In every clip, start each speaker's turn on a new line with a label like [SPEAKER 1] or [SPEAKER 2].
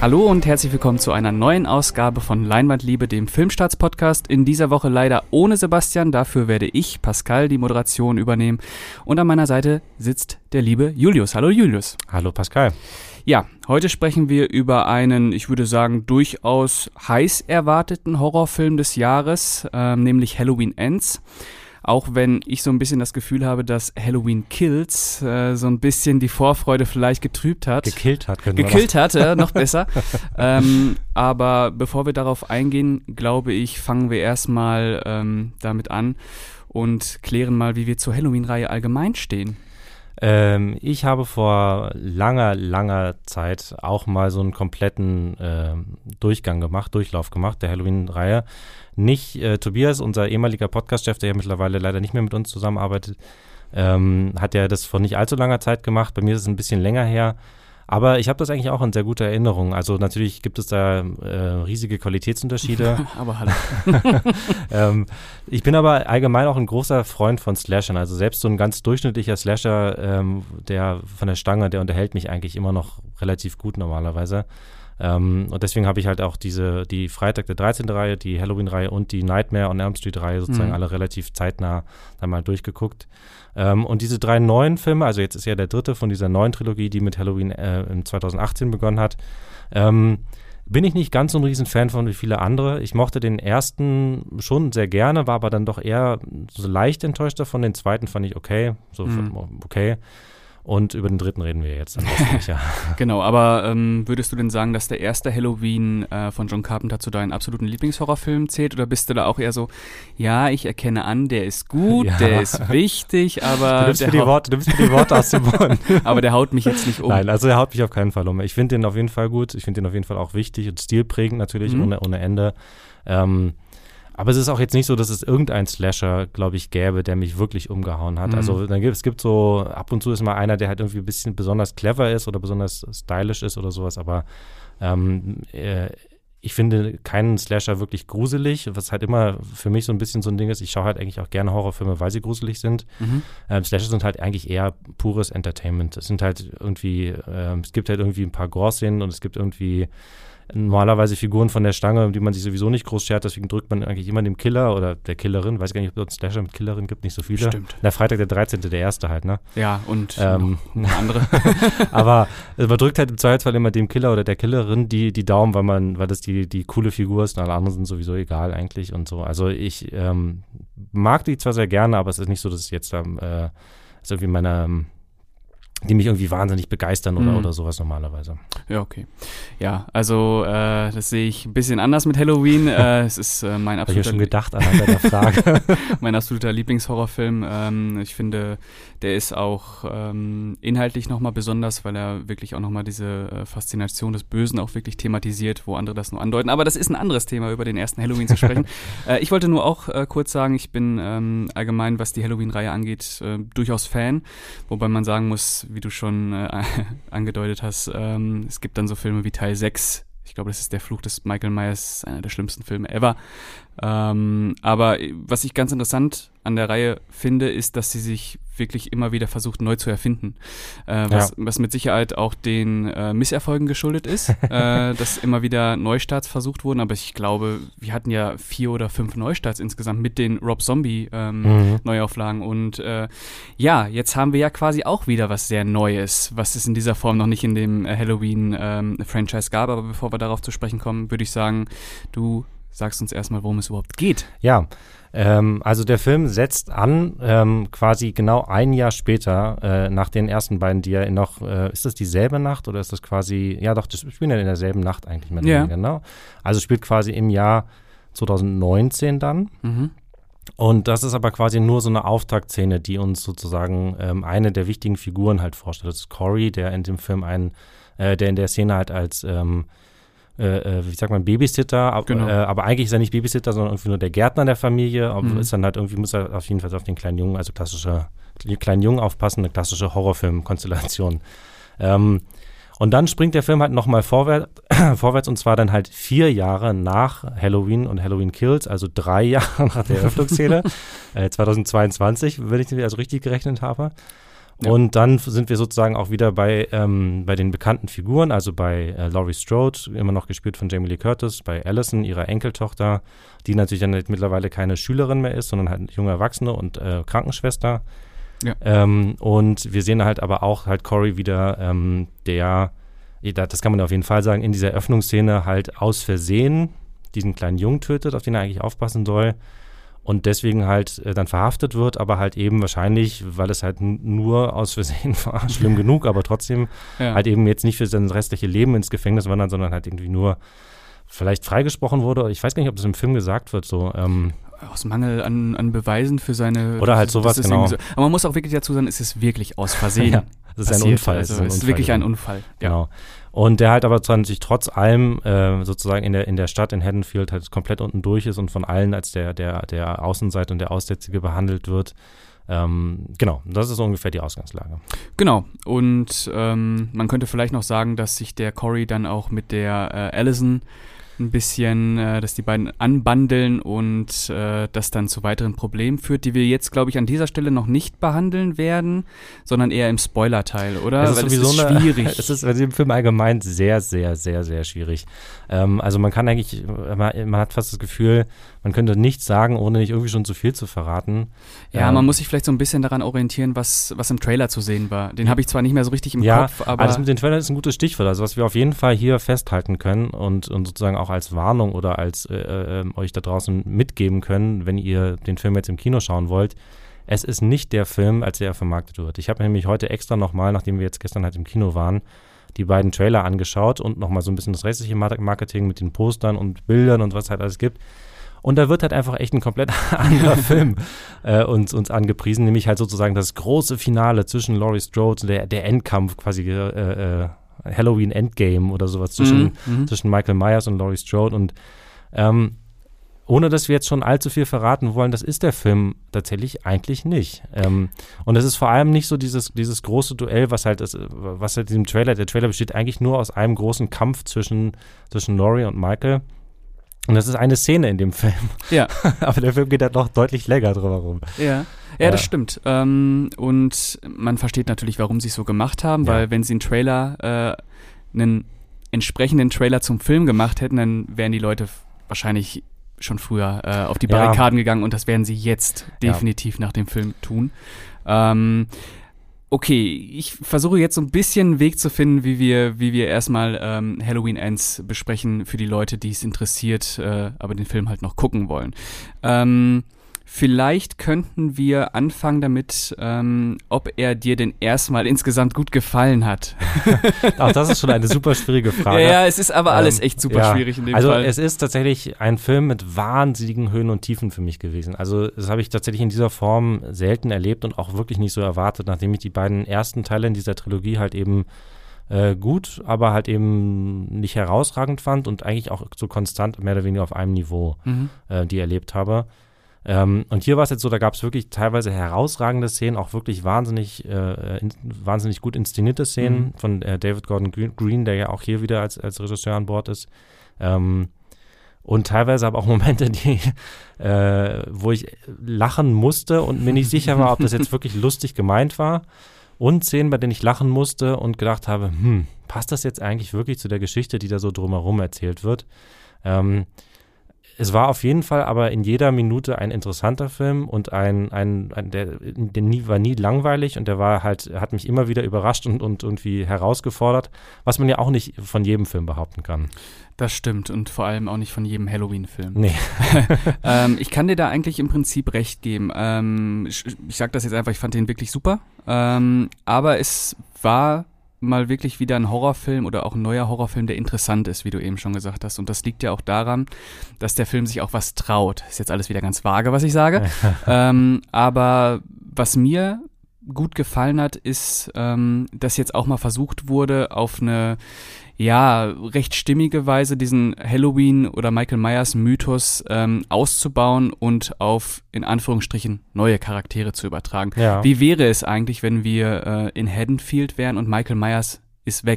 [SPEAKER 1] Hallo und herzlich willkommen zu einer neuen Ausgabe von Leinwandliebe, dem Filmstarts-Podcast. In dieser Woche leider ohne Sebastian, dafür werde ich, Pascal, die Moderation übernehmen. Und an meiner Seite sitzt der liebe Julius. Hallo Julius.
[SPEAKER 2] Hallo Pascal.
[SPEAKER 1] Ja, heute sprechen wir über einen, ich würde sagen, durchaus heiß erwarteten Horrorfilm des Jahres, nämlich Halloween Ends. Auch wenn ich so ein bisschen das Gefühl habe, dass Halloween Kills so ein bisschen die Vorfreude vielleicht getrübt hat.
[SPEAKER 2] Gekillt hat,
[SPEAKER 1] noch besser. Aber bevor wir darauf eingehen, glaube ich, fangen wir erstmal damit an und klären mal, wie wir zur Halloween-Reihe allgemein stehen.
[SPEAKER 2] Ich habe vor langer Zeit auch mal so einen kompletten Durchlauf gemacht, der Halloween-Reihe. Nicht Tobias, unser ehemaliger Podcast-Chef, der ja mittlerweile leider nicht mehr mit uns zusammenarbeitet, hat ja das vor nicht allzu langer Zeit gemacht. Bei mir ist es ein bisschen länger her. Aber ich habe das eigentlich auch in sehr guter Erinnerung. Also natürlich gibt es da riesige Qualitätsunterschiede.
[SPEAKER 1] Aber hallo.
[SPEAKER 2] Ich bin aber allgemein auch ein großer Freund von Slashern. Also selbst so ein ganz durchschnittlicher Slasher, der von der Stange, der unterhält mich eigentlich immer noch relativ gut normalerweise. Und deswegen habe ich halt auch die Freitag der 13. Reihe, die Halloween-Reihe und die Nightmare on Elm Street-Reihe sozusagen alle relativ zeitnah dann mal durchgeguckt. Und diese 3 neuen Filme, also jetzt ist ja der dritte von dieser neuen Trilogie, die mit Halloween in 2018 begonnen hat, bin ich nicht ganz so ein Riesenfan von wie viele andere. Ich mochte den ersten schon sehr gerne, war aber dann doch eher so leicht enttäuscht davon. Den zweiten fand ich okay, okay. Und über den dritten reden wir jetzt. Ja.
[SPEAKER 1] Genau, aber würdest du denn sagen, dass der erste Halloween von John Carpenter zu deinen absoluten Lieblingshorrorfilmen zählt? Oder bist du da auch eher so, ja, ich erkenne an, der ist gut, ja, der ist wichtig, aber
[SPEAKER 2] du nimmst mir die Worte aus dem Mund.
[SPEAKER 1] Aber der haut mich jetzt nicht um.
[SPEAKER 2] Nein, also er haut mich auf keinen Fall um. Ich finde den auf jeden Fall gut. Ich finde den auf jeden Fall auch wichtig und stilprägend natürlich, ohne Ende. Aber es ist auch jetzt nicht so, dass es irgendeinen Slasher, glaube ich, gäbe, der mich wirklich umgehauen hat. Also es gibt so, ab und zu ist mal einer, der halt irgendwie ein bisschen besonders clever ist oder besonders stylisch ist oder sowas, aber ich finde keinen Slasher wirklich gruselig, was halt immer für mich so ein bisschen so ein Ding ist. Ich schaue halt eigentlich auch gerne Horrorfilme, weil sie gruselig sind. Slasher sind halt eigentlich eher pures Entertainment. Es sind halt irgendwie, es gibt halt irgendwie ein paar Gore-Szenen und es gibt irgendwie normalerweise Figuren von der Stange, um die man sich sowieso nicht groß schert, deswegen drückt man eigentlich immer dem Killer oder der Killerin, weiß gar nicht, ob es einen Slasher mit Killerin gibt, nicht so viele.
[SPEAKER 1] Stimmt.
[SPEAKER 2] Der Freitag der 13., der erste halt, ne?
[SPEAKER 1] Ja, und eine andere.
[SPEAKER 2] Aber man drückt halt im Zweifelsfall immer dem Killer oder der Killerin die Daumen, weil das die coole Figur ist und alle anderen sind sowieso egal eigentlich und so. Also ich mag die zwar sehr gerne, aber es ist nicht so, dass es jetzt ist irgendwie die mich irgendwie wahnsinnig begeistern oder sowas normalerweise.
[SPEAKER 1] Ja, okay. Ja, also das sehe ich ein bisschen anders mit Halloween. Es ist mein absoluter...
[SPEAKER 2] Habe ich ja schon gedacht anhand der Frage.
[SPEAKER 1] Mein absoluter Lieblingshorrorfilm. Ich finde, der ist auch inhaltlich nochmal besonders, weil er wirklich auch nochmal diese Faszination des Bösen auch wirklich thematisiert, wo andere das nur andeuten. Aber das ist ein anderes Thema, über den ersten Halloween zu sprechen. Ich wollte nur auch kurz sagen, ich bin allgemein, was die Halloween-Reihe angeht, durchaus Fan. Wobei man sagen muss, wie du schon angedeutet hast, es gibt dann so Filme wie Teil 6. Ich glaube, das ist der Fluch des Michael Myers, einer der schlimmsten Filme ever. Aber was ich ganz interessant an der Reihe finde, ist, dass sie sich wirklich immer wieder versucht, neu zu erfinden. Was mit Sicherheit auch den Misserfolgen geschuldet ist, dass immer wieder Neustarts versucht wurden. Aber ich glaube, wir hatten ja 4 oder 5 Neustarts insgesamt mit den Rob Zombie Neuauflagen. Und jetzt haben wir ja quasi auch wieder was sehr Neues, was es in dieser Form noch nicht in dem Halloween-Franchise gab. Aber bevor wir darauf zu sprechen kommen, würde ich sagen, du sagst uns erstmal, worum es überhaupt geht.
[SPEAKER 2] Ja, also der Film setzt an, quasi genau ein Jahr später, nach den ersten beiden, die ja noch, ist das dieselbe Nacht oder ist das quasi, ja doch, das spielen ja in derselben Nacht eigentlich mehr. Ja. Genau. Also spielt quasi im Jahr 2019 dann. Und das ist aber quasi nur so eine Auftaktszene, die uns sozusagen eine der wichtigen Figuren halt vorstellt. Das ist Corey, der in dem Film der in der Szene halt als wie sagt man, Babysitter,
[SPEAKER 1] genau.
[SPEAKER 2] Aber eigentlich ist er nicht Babysitter, sondern irgendwie nur der Gärtner der Familie, ist dann halt irgendwie, muss er auf jeden Fall auf den kleinen Jungen, also kleinen Jungen aufpassen, eine klassische Horrorfilm-Konstellation. Und dann springt der Film halt nochmal vorwärts und zwar dann halt 4 Jahre nach Halloween und Halloween Kills, also 3 Jahre nach der Eröffnungsszene, 2022, wenn ich also richtig gerechnet habe.
[SPEAKER 1] Ja.
[SPEAKER 2] Und dann sind wir sozusagen auch wieder bei den bekannten Figuren, also bei Laurie Strode, immer noch gespielt von Jamie Lee Curtis, bei Allison, ihrer Enkeltochter, die natürlich dann mittlerweile keine Schülerin mehr ist, sondern halt eine junge Erwachsene und Krankenschwester.
[SPEAKER 1] Ja.
[SPEAKER 2] Und wir sehen halt aber auch halt Corey wieder, das kann man auf jeden Fall sagen, in dieser Eröffnungsszene halt aus Versehen diesen kleinen Jungen tötet, auf den er eigentlich aufpassen soll. Und deswegen halt dann verhaftet wird, aber halt eben wahrscheinlich, weil es halt nur aus Versehen war, schlimm genug, aber trotzdem halt eben jetzt nicht für sein restliche Leben ins Gefängnis wandern, sondern halt irgendwie nur vielleicht freigesprochen wurde. Ich weiß gar nicht, ob das im Film gesagt wird, so.
[SPEAKER 1] Aus Mangel an Beweisen für seine...
[SPEAKER 2] Oder halt sowas, genau.
[SPEAKER 1] So. Aber man muss auch wirklich dazu sagen, es ist wirklich aus Versehen.
[SPEAKER 2] Ja, das ist ein Unfall.
[SPEAKER 1] Also es ist wirklich ein Unfall.
[SPEAKER 2] Genau. Ja. Und der halt aber sich trotz allem sozusagen in der Stadt in Haddonfield halt komplett unten durch ist und von allen als der Außenseiter und der Aussätzige behandelt wird. Genau, das ist ungefähr die Ausgangslage.
[SPEAKER 1] Genau, und man könnte vielleicht noch sagen, dass sich der Corey dann auch mit der Allison ein bisschen, dass die beiden anbandeln und das dann zu weiteren Problemen führt, die wir jetzt, glaube ich, an dieser Stelle noch nicht behandeln werden, sondern eher im Spoiler-Teil, oder?
[SPEAKER 2] Es ist sowieso
[SPEAKER 1] schwierig.
[SPEAKER 2] Es ist im Film allgemein sehr, sehr, sehr, sehr schwierig. Also man kann eigentlich, man hat fast das Gefühl, man könnte nichts sagen, ohne nicht irgendwie schon zu viel zu verraten.
[SPEAKER 1] Ja, man muss sich vielleicht so ein bisschen daran orientieren, was im Trailer zu sehen war. Den habe ich zwar nicht mehr so richtig im Kopf, aber
[SPEAKER 2] das mit den Trailern ist ein gutes Stichwort. Also was wir auf jeden Fall hier festhalten können und sozusagen auch als Warnung oder als euch da draußen mitgeben können, wenn ihr den Film jetzt im Kino schauen wollt, es ist nicht der Film, als er vermarktet wird. Ich habe mir nämlich heute extra nochmal, nachdem wir jetzt gestern halt im Kino waren, die beiden Trailer angeschaut und nochmal so ein bisschen das restliche Marketing mit den Postern und Bildern und was halt alles gibt. Und da wird halt einfach echt ein komplett anderer Film uns angepriesen, nämlich halt sozusagen das große Finale zwischen Laurie Strode und der Endkampf, quasi Halloween Endgame oder sowas zwischen Michael Myers und Laurie Strode. Und ohne dass wir jetzt schon allzu viel verraten wollen, das ist der Film tatsächlich eigentlich nicht. Und es ist vor allem nicht so dieses große Duell, was halt diesem Trailer, der Trailer besteht eigentlich nur aus einem großen Kampf zwischen Laurie und Michael. Und das ist eine Szene in dem Film.
[SPEAKER 1] Ja.
[SPEAKER 2] Aber der Film geht halt noch deutlich länger drüber rum.
[SPEAKER 1] Ja, das stimmt. Und man versteht natürlich, warum sie es so gemacht haben, weil wenn sie einen entsprechenden Trailer zum Film gemacht hätten, dann wären die Leute wahrscheinlich schon früher auf die Barrikaden gegangen und das werden sie jetzt definitiv nach dem Film tun. Okay, ich versuche jetzt so ein bisschen einen Weg zu finden, wie wir erstmal Halloween Ends besprechen für die Leute, die es interessiert, aber den Film halt noch gucken wollen. Vielleicht könnten wir anfangen damit, ob er dir denn erstmal insgesamt gut gefallen hat.
[SPEAKER 2] Auch das ist schon eine super schwierige Frage.
[SPEAKER 1] Ja, es ist aber alles echt super schwierig in dem Fall.
[SPEAKER 2] Also es ist tatsächlich ein Film mit wahnsinnigen Höhen und Tiefen für mich gewesen. Also das habe ich tatsächlich in dieser Form selten erlebt und auch wirklich nicht so erwartet, nachdem ich die beiden ersten Teile in dieser Trilogie halt eben gut, aber halt eben nicht herausragend fand und eigentlich auch so konstant mehr oder weniger auf einem Niveau, die erlebt habe. Und hier war es jetzt so, da gab es wirklich teilweise herausragende Szenen, auch wirklich wahnsinnig gut inszenierte Szenen von David Gordon Green, der ja auch hier wieder als Regisseur an Bord ist. Und teilweise aber auch Momente, wo ich lachen musste und mir nicht sicher war, ob das jetzt wirklich lustig gemeint war. Und Szenen, bei denen ich lachen musste und gedacht habe, passt das jetzt eigentlich wirklich zu der Geschichte, die da so drumherum erzählt wird? Es war auf jeden Fall aber in jeder Minute ein interessanter Film und der war nie langweilig und der hat mich immer wieder überrascht und irgendwie herausgefordert, was man ja auch nicht von jedem Film behaupten kann.
[SPEAKER 1] Das stimmt und vor allem auch nicht von jedem Halloween-Film.
[SPEAKER 2] Nee.
[SPEAKER 1] Ich kann dir da eigentlich im Prinzip recht geben. Ich sag das jetzt einfach, ich fand den wirklich super, aber es war mal wirklich wieder ein Horrorfilm oder auch ein neuer Horrorfilm, der interessant ist, wie du eben schon gesagt hast. Und das liegt ja auch daran, dass der Film sich auch was traut. Ist jetzt alles wieder ganz vage, was ich sage. Aber was mir gut gefallen hat, ist, dass jetzt auch mal versucht wurde, auf eine recht stimmige Weise diesen Halloween- oder Michael Myers-Mythos auszubauen und auf, in Anführungsstrichen, neue Charaktere zu übertragen.
[SPEAKER 2] Ja.
[SPEAKER 1] Wie wäre es eigentlich, wenn wir in Haddonfield wären und Michael Myers ist weg?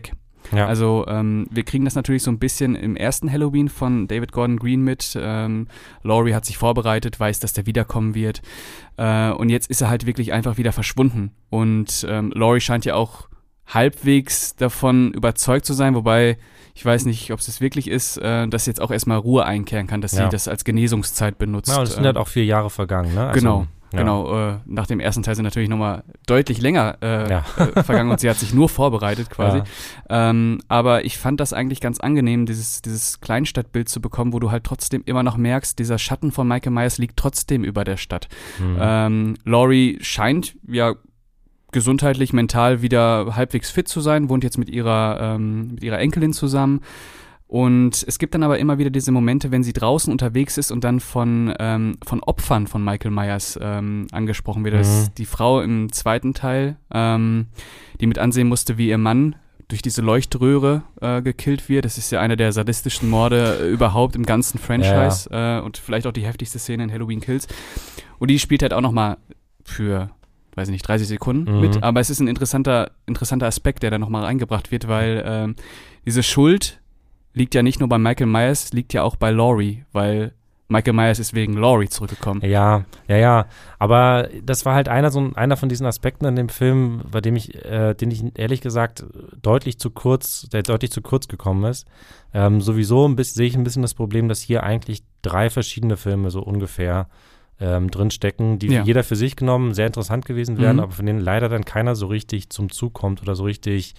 [SPEAKER 2] Ja.
[SPEAKER 1] Also wir kriegen das natürlich so ein bisschen im ersten Halloween von David Gordon Green mit. Laurie hat sich vorbereitet, weiß, dass der wiederkommen wird. Und jetzt ist er halt wirklich einfach wieder verschwunden. Und Laurie scheint ja auch halbwegs davon überzeugt zu sein, wobei ich weiß nicht, ob es das wirklich ist, dass jetzt auch erstmal Ruhe einkehren kann, dass sie das als Genesungszeit benutzt.
[SPEAKER 2] Ja, und es sind halt auch 4 Jahre vergangen, ne? Also,
[SPEAKER 1] Genau. Nach dem ersten Teil sind natürlich nochmal deutlich länger vergangen und sie hat sich nur vorbereitet quasi. Ja. Aber ich fand das eigentlich ganz angenehm, dieses Kleinstadtbild zu bekommen, wo du halt trotzdem immer noch merkst, dieser Schatten von Michael Myers liegt trotzdem über der Stadt. Laurie scheint ja gesundheitlich, mental wieder halbwegs fit zu sein, wohnt jetzt mit ihrer Enkelin zusammen. Und es gibt dann aber immer wieder diese Momente, wenn sie draußen unterwegs ist und dann von Opfern von Michael Myers angesprochen wird. Das ist die Frau im zweiten Teil, die mit ansehen musste, wie ihr Mann durch diese Leuchtröhre gekillt wird. Das ist ja einer der sadistischsten Morde überhaupt im ganzen Franchise und vielleicht auch die heftigste Szene in Halloween Kills. Und die spielt halt auch nochmal für 30 Sekunden mit, aber es ist ein interessanter Aspekt, der da nochmal reingebracht wird, weil diese Schuld liegt ja nicht nur bei Michael Myers, liegt ja auch bei Laurie, weil Michael Myers ist wegen Laurie zurückgekommen.
[SPEAKER 2] Ja, aber das war halt einer von diesen Aspekten in dem Film, bei dem den ich ehrlich gesagt deutlich zu kurz gekommen ist. Sowieso sehe ich ein bisschen das Problem, dass hier eigentlich 3 verschiedene Filme so ungefähr drin stecken, die jeder für sich genommen sehr interessant gewesen wären, aber von denen leider dann keiner so richtig zum Zug kommt oder so richtig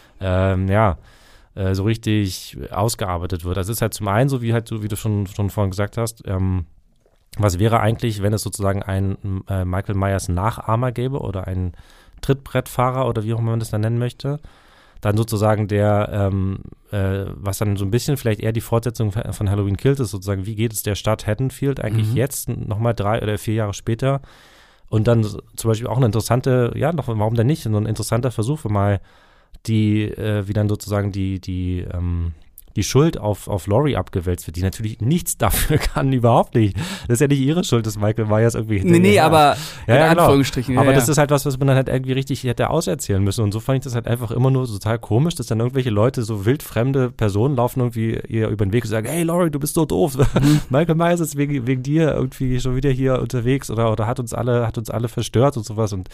[SPEAKER 2] so richtig ausgearbeitet wird. Das ist halt zum einen, so wie du schon vorhin gesagt hast, was wäre eigentlich, wenn es sozusagen einen Michael Myers Nachahmer gäbe oder einen Trittbrettfahrer oder wie auch immer man das dann nennen möchte, dann sozusagen der, was dann so ein bisschen vielleicht eher die Fortsetzung von Halloween Kills ist, sozusagen, wie geht es der Stadt Haddonfield eigentlich jetzt, nochmal 3 oder 4 Jahre später und dann zum Beispiel auch eine interessante, warum denn nicht, so ein interessanter Versuch, mal wie dann sozusagen die Schuld auf Laurie abgewälzt wird, die natürlich nichts dafür kann, überhaupt nicht. Das ist ja nicht ihre Schuld, dass Michael Myers irgendwie
[SPEAKER 1] Nee, aber in Anführungsstrichen.
[SPEAKER 2] Aber das ist halt was man dann halt irgendwie richtig hätte auserzählen müssen und so fand ich das halt einfach immer nur total komisch, dass dann irgendwelche Leute, so wildfremde Personen laufen irgendwie ihr über den Weg und sagen, hey Laurie, du bist so doof. Michael Myers ist wegen dir irgendwie schon wieder hier unterwegs oder hat uns alle verstört und sowas und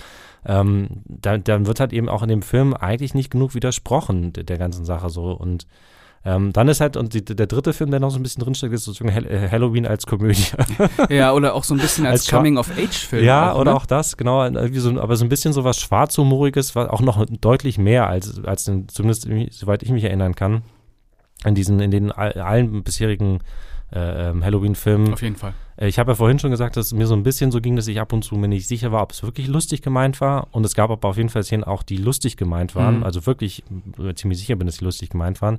[SPEAKER 2] dann wird halt eben auch in dem Film eigentlich nicht genug widersprochen der ganzen Sache so und dann ist halt, der dritte Film, der noch so ein bisschen drinsteckt, ist sozusagen Halloween als Komödie.
[SPEAKER 1] Ja, oder auch so ein bisschen als Coming-of-Age-Film.
[SPEAKER 2] Ja, auch, oder ne? Auch das, genau. Irgendwie aber so ein bisschen so was Schwarzhumoriges, was auch noch deutlich mehr als zumindest soweit ich mich erinnern kann, in allen bisherigen Halloween-Filmen.
[SPEAKER 1] Auf jeden Fall.
[SPEAKER 2] Ich habe ja vorhin schon gesagt, dass es mir so ein bisschen so ging, dass ich ab und zu mir nicht sicher war, ob es wirklich lustig gemeint war. Und es gab aber auf jeden Fall Szenen auch, die lustig gemeint waren. Also wirklich ziemlich sicher bin, dass die lustig gemeint waren.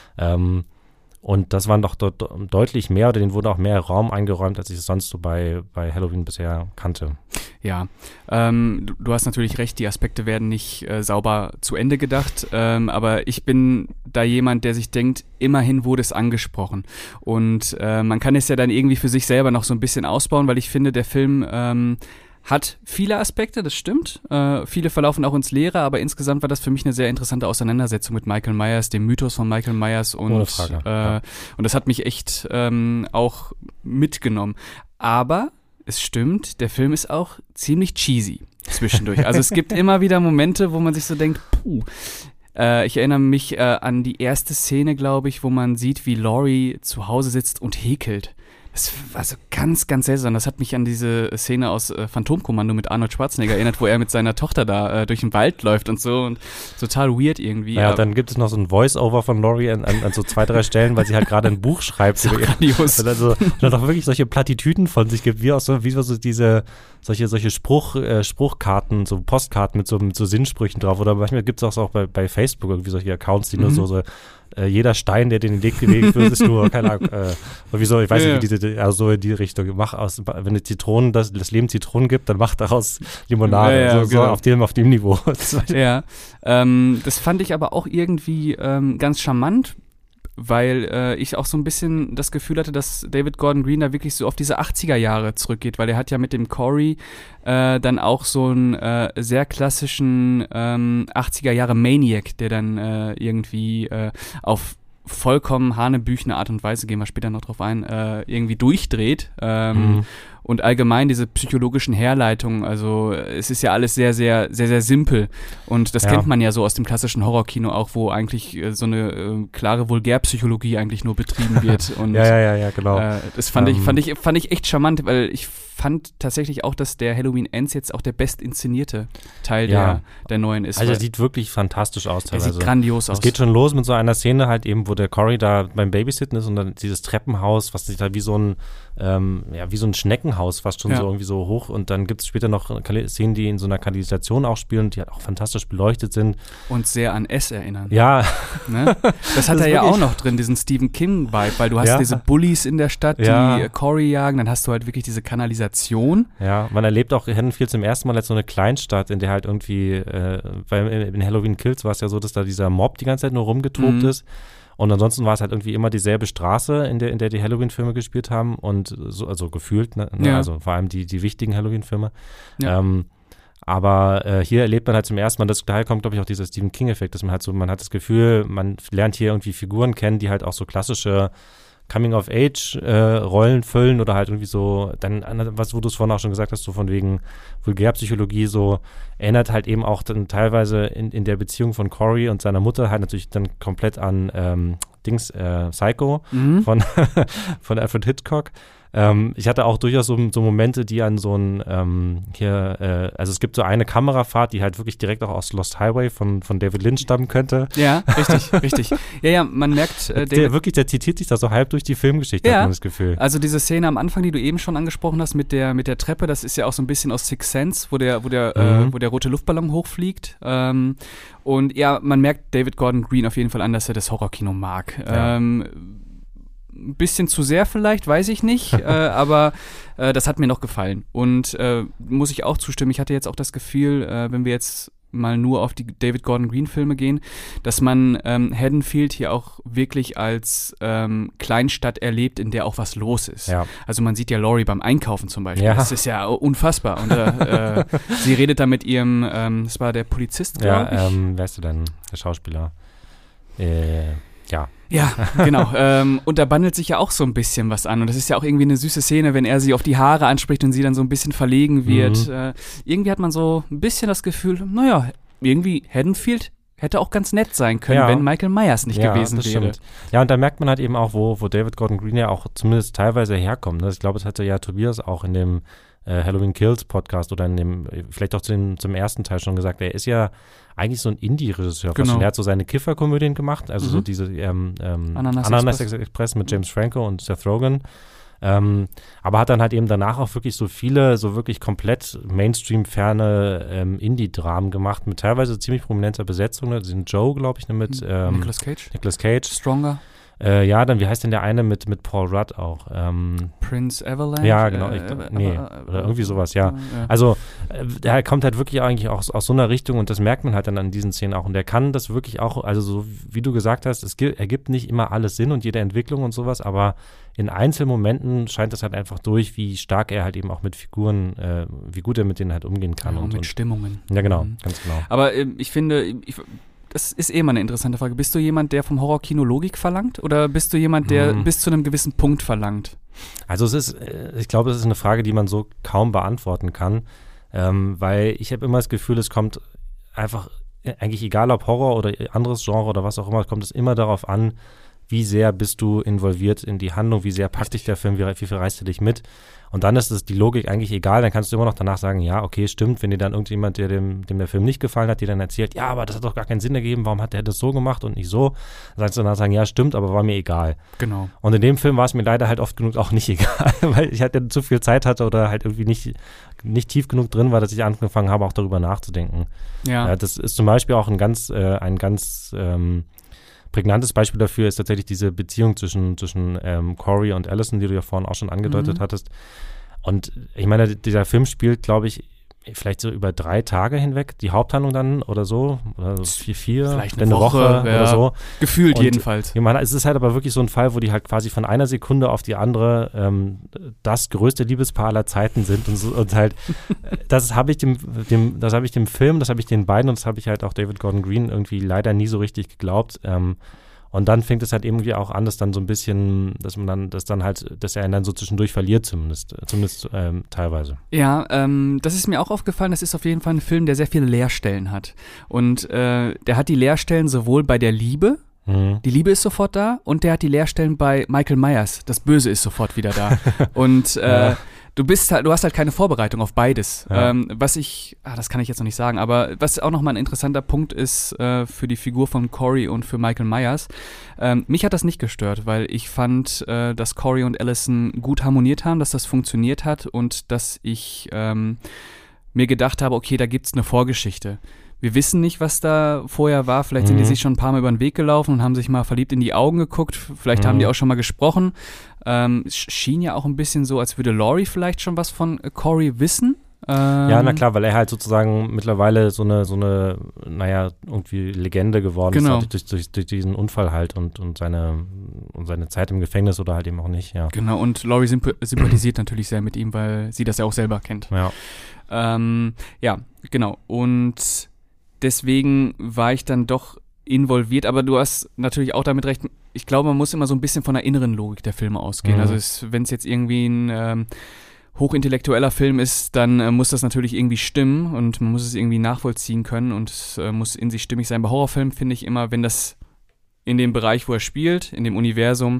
[SPEAKER 2] Und das waren doch deutlich mehr oder denen wurde auch mehr Raum eingeräumt, als ich es sonst so bei Halloween bisher kannte.
[SPEAKER 1] Ja, du hast natürlich recht, die Aspekte werden nicht sauber zu Ende gedacht, aber ich bin da jemand, der sich denkt, immerhin wurde es angesprochen und man kann es ja dann irgendwie für sich selber noch so ein bisschen ausbauen, weil ich finde, der Film hat viele Aspekte, das stimmt. Viele verlaufen auch ins Leere, aber insgesamt war das für mich eine sehr interessante Auseinandersetzung mit Michael Myers, dem Mythos von Michael Myers und das hat mich echt auch mitgenommen. Aber es stimmt, der Film ist auch ziemlich cheesy zwischendurch. Also es gibt immer wieder Momente, wo man sich so denkt, ich erinnere mich an die erste Szene, glaube ich, wo man sieht, wie Laurie zu Hause sitzt und häkelt. Das war so ganz, ganz seltsam. Das hat mich an diese Szene aus Phantomkommando mit Arnold Schwarzenegger erinnert, wo er mit seiner Tochter da durch den Wald läuft und so und total weird irgendwie.
[SPEAKER 2] Ja, dann gibt es noch so ein Voice-Over von Laurie an so 2, 3 Stellen, weil sie halt gerade ein Buch schreibt.
[SPEAKER 1] So grandios.
[SPEAKER 2] Und dann auch wirklich solche Plattitüden von sich gibt, wie so solche Spruchkarten, so Postkarten mit so Sinnsprüchen drauf. Oder manchmal gibt es auch bei Facebook irgendwie solche Accounts, die nur so jeder Stein, der den Weg gelegt wird, ist nur, keine Ahnung, wieso, ich weiß nicht, wie so in die Richtung. Wenn eine Zitronen, das Leben Zitronen gibt, dann mach daraus Limonade. So auf dem Niveau.
[SPEAKER 1] Ja, das fand ich aber auch irgendwie ganz charmant. weil ich auch so ein bisschen das Gefühl hatte, dass David Gordon Green da wirklich so auf diese 80er Jahre zurückgeht, weil er hat ja mit dem Corey dann auch so einen sehr klassischen 80er Jahre Maniac, der dann irgendwie auf vollkommen hanebüchene Art und Weise, gehen wir später noch drauf ein, irgendwie durchdreht. Und allgemein diese psychologischen Herleitungen, also es ist ja alles sehr, sehr, sehr, sehr simpel. Und das kennt man ja so aus dem klassischen Horrorkino auch, wo eigentlich so eine klare Vulgärpsychologie eigentlich nur betrieben wird. Und
[SPEAKER 2] ja, genau.
[SPEAKER 1] Das fand ich echt charmant, weil ich fand tatsächlich auch, dass der Halloween Ends jetzt auch der best inszenierte Teil der neuen ist.
[SPEAKER 2] Also er sieht wirklich fantastisch aus teilweise.
[SPEAKER 1] Er sieht grandios aus.
[SPEAKER 2] Es geht schon los mit so einer Szene halt eben, wo der Corey da beim Babysitten ist und dann dieses Treppenhaus, was sich da wie so ein Schneckenhaus fast schon so irgendwie so hoch, und dann gibt es später noch Szenen, die in so einer Kanalisation auch spielen, die halt auch fantastisch beleuchtet sind.
[SPEAKER 1] Und sehr an S erinnern.
[SPEAKER 2] Ja.
[SPEAKER 1] Ne? Das hat er ja auch noch drin, diesen Stephen King-Vibe, weil du hast diese Bullies in der Stadt, die Corey jagen, dann hast du halt wirklich diese Kanalisation.
[SPEAKER 2] Ja, man erlebt auch Haddonfield zum ersten Mal als so eine Kleinstadt, in der halt irgendwie, weil in Halloween Kills war es ja so, dass da dieser Mob die ganze Zeit nur rumgetobt ist. Und ansonsten war es halt irgendwie immer dieselbe Straße, in der die Halloween-Filme gespielt haben, und so, also gefühlt, ne? Ja. Also vor allem die wichtigen Halloween-Filme. Ja. Aber hier erlebt man halt zum ersten Mal, daher kommt, glaube ich, auch dieser Stephen King-Effekt, dass man halt so, man hat das Gefühl, man lernt hier irgendwie Figuren kennen, die halt auch so klassische Coming-of-Age-Rollen füllen oder halt irgendwie so, dann, was, wo du es vorhin auch schon gesagt hast, so von wegen Vulgärpsychologie, so erinnert halt eben auch dann teilweise in der Beziehung von Corey und seiner Mutter halt natürlich dann komplett an Psycho von Alfred Hitchcock. Ich hatte auch durchaus so Momente, die an so ein also es gibt so eine Kamerafahrt, die halt wirklich direkt auch aus Lost Highway von David Lynch stammen könnte.
[SPEAKER 1] Ja, richtig. Ja, man merkt,
[SPEAKER 2] der zitiert sich da so halb durch die Filmgeschichte, hat man das Gefühl.
[SPEAKER 1] Also diese Szene am Anfang, die du eben schon angesprochen hast mit der Treppe, das ist ja auch so ein bisschen aus Sixth Sense, wo der rote Luftballon hochfliegt. Und ja, man merkt David Gordon Green auf jeden Fall an, dass er das Horrorkino mag. Ja. Ein bisschen zu sehr vielleicht, weiß ich nicht, aber das hat mir noch gefallen. Und muss ich auch zustimmen, ich hatte jetzt auch das Gefühl, wenn wir jetzt mal nur auf die David Gordon Green Filme gehen, dass man Haddonfield hier auch wirklich als Kleinstadt erlebt, in der auch was los ist. Ja. Also man sieht ja Laurie beim Einkaufen zum Beispiel, das ist ja unfassbar. Und sie redet da mit ihrem, das war der Polizist, glaube ich.
[SPEAKER 2] Wer ist du denn, der Schauspieler?
[SPEAKER 1] Ja, genau. Und da bandelt sich ja auch so ein bisschen was an. Und das ist ja auch irgendwie eine süße Szene, wenn er sie auf die Haare anspricht und sie dann so ein bisschen verlegen wird. Irgendwie hat man so ein bisschen das Gefühl, naja, irgendwie Haddonfield hätte auch ganz nett sein können, wenn Michael Myers nicht gewesen wäre. Stimmt.
[SPEAKER 2] Ja, und da merkt man halt eben auch, wo David Gordon Green ja auch zumindest teilweise herkommt. Ich glaube, das hatte ja Tobias auch in dem Halloween Kills Podcast oder in dem, vielleicht auch zum ersten Teil schon gesagt, er ist ja eigentlich so ein Indie-Regisseur. Genau. Er hat so seine Kiffer-Komödien gemacht, also so diese Ananas Express mit James Franco und Seth Rogen. Aber hat dann halt eben danach auch wirklich so viele, so wirklich komplett Mainstream-ferne Indie-Dramen gemacht, mit teilweise ziemlich prominenter Besetzung. Da sind Joe, glaube ich, mit Nicolas Cage.
[SPEAKER 1] Stronger.
[SPEAKER 2] Dann, wie heißt denn der eine mit Paul Rudd auch?
[SPEAKER 1] Prince Avalanche?
[SPEAKER 2] Ja, genau. Oder irgendwie sowas, ja. Also, der kommt halt wirklich eigentlich auch aus so einer Richtung, und das merkt man halt dann an diesen Szenen auch. Und der kann das wirklich auch, also so wie du gesagt hast, ergibt nicht immer alles Sinn und jede Entwicklung und sowas, aber in Einzelmomenten scheint das halt einfach durch, wie stark er halt eben auch mit Figuren, wie gut er mit denen halt umgehen kann.
[SPEAKER 1] Ja, und mit Stimmungen.
[SPEAKER 2] Ja, genau, ganz genau.
[SPEAKER 1] Aber ich finde, das ist mal eine interessante Frage. Bist du jemand, der vom Horrorkino Logik verlangt, oder bist du jemand, der bis zu einem gewissen Punkt verlangt?
[SPEAKER 2] Also ich glaube, es ist eine Frage, die man so kaum beantworten kann, weil ich habe immer das Gefühl, es kommt einfach, eigentlich egal ob Horror oder anderes Genre oder was auch immer, kommt es immer darauf an, wie sehr bist du involviert in die Handlung, wie sehr packt dich der Film, wie viel reißt er dich mit. Und dann ist es die Logik eigentlich egal, dann kannst du immer noch danach sagen, ja, okay, stimmt, wenn dir dann irgendjemand, dem der Film nicht gefallen hat, dir dann erzählt, ja, aber das hat doch gar keinen Sinn ergeben, warum hat der das so gemacht und nicht so, dann kannst du danach sagen, ja, stimmt, aber war mir egal.
[SPEAKER 1] Genau.
[SPEAKER 2] Und in dem Film war es mir leider halt oft genug auch nicht egal, weil ich halt zu viel Zeit hatte oder halt irgendwie nicht tief genug drin war, dass ich angefangen habe, auch darüber nachzudenken. Ja. Das ist zum Beispiel auch ein ganz prägnantes Beispiel dafür ist tatsächlich diese Beziehung zwischen Corey und Allison, die du ja vorhin auch schon angedeutet hattest. Und ich meine, dieser Film spielt, glaube ich, vielleicht so über 3 Tage hinweg die Haupthandlung dann oder so, oder so 4,
[SPEAKER 1] vielleicht
[SPEAKER 2] eine Woche
[SPEAKER 1] ja,
[SPEAKER 2] oder so.
[SPEAKER 1] Gefühlt
[SPEAKER 2] und
[SPEAKER 1] jedenfalls.
[SPEAKER 2] Ich meine, es ist halt aber wirklich so ein Fall, wo die halt quasi von einer Sekunde auf die andere das größte Liebespaar aller Zeiten sind und halt, das habe ich dem Film, das habe ich den beiden und das habe ich halt auch David Gordon Green irgendwie leider nie so richtig geglaubt. Und dann fängt es halt irgendwie auch an, dass dann so ein bisschen, dass er ihn dann so zwischendurch verliert zumindest teilweise.
[SPEAKER 1] Ja, das ist mir auch aufgefallen, das ist auf jeden Fall ein Film, der sehr viele Leerstellen hat. Und der hat die Leerstellen sowohl bei der Liebe, die Liebe ist sofort da, und der hat die Leerstellen bei Michael Myers, das Böse ist sofort wieder da. Und du hast halt keine Vorbereitung auf beides.
[SPEAKER 2] Ja.
[SPEAKER 1] Das kann ich jetzt noch nicht sagen, aber was auch nochmal ein interessanter Punkt ist für die Figur von Corey und für Michael Myers, mich hat das nicht gestört, weil ich fand, dass Corey und Allison gut harmoniert haben, dass das funktioniert hat und dass ich mir gedacht habe, okay, da gibt's eine Vorgeschichte. Wir wissen nicht, was da vorher war. Vielleicht sind die sich schon ein paar Mal über den Weg gelaufen und haben sich mal verliebt in die Augen geguckt. Vielleicht haben die auch schon mal gesprochen. Es schien ja auch ein bisschen so, als würde Laurie vielleicht schon was von Corey wissen.
[SPEAKER 2] Ja, na klar, weil er halt sozusagen mittlerweile so eine, naja, irgendwie Legende geworden ist, halt durch diesen Unfall halt und seine Zeit im Gefängnis oder halt eben auch nicht, ja.
[SPEAKER 1] Genau, und Laurie sympathisiert natürlich sehr mit ihm, weil sie das ja auch selber kennt.
[SPEAKER 2] Ja.
[SPEAKER 1] Ja, genau. Und deswegen war ich dann doch involviert, aber du hast natürlich auch damit recht, ich glaube, man muss immer so ein bisschen von der inneren Logik der Filme ausgehen. Also wenn es jetzt irgendwie ein hochintellektueller Film ist, dann muss das natürlich irgendwie stimmen und man muss es irgendwie nachvollziehen können und es muss in sich stimmig sein. Bei Horrorfilmen finde ich immer, wenn das in dem Bereich, wo er spielt, in dem Universum,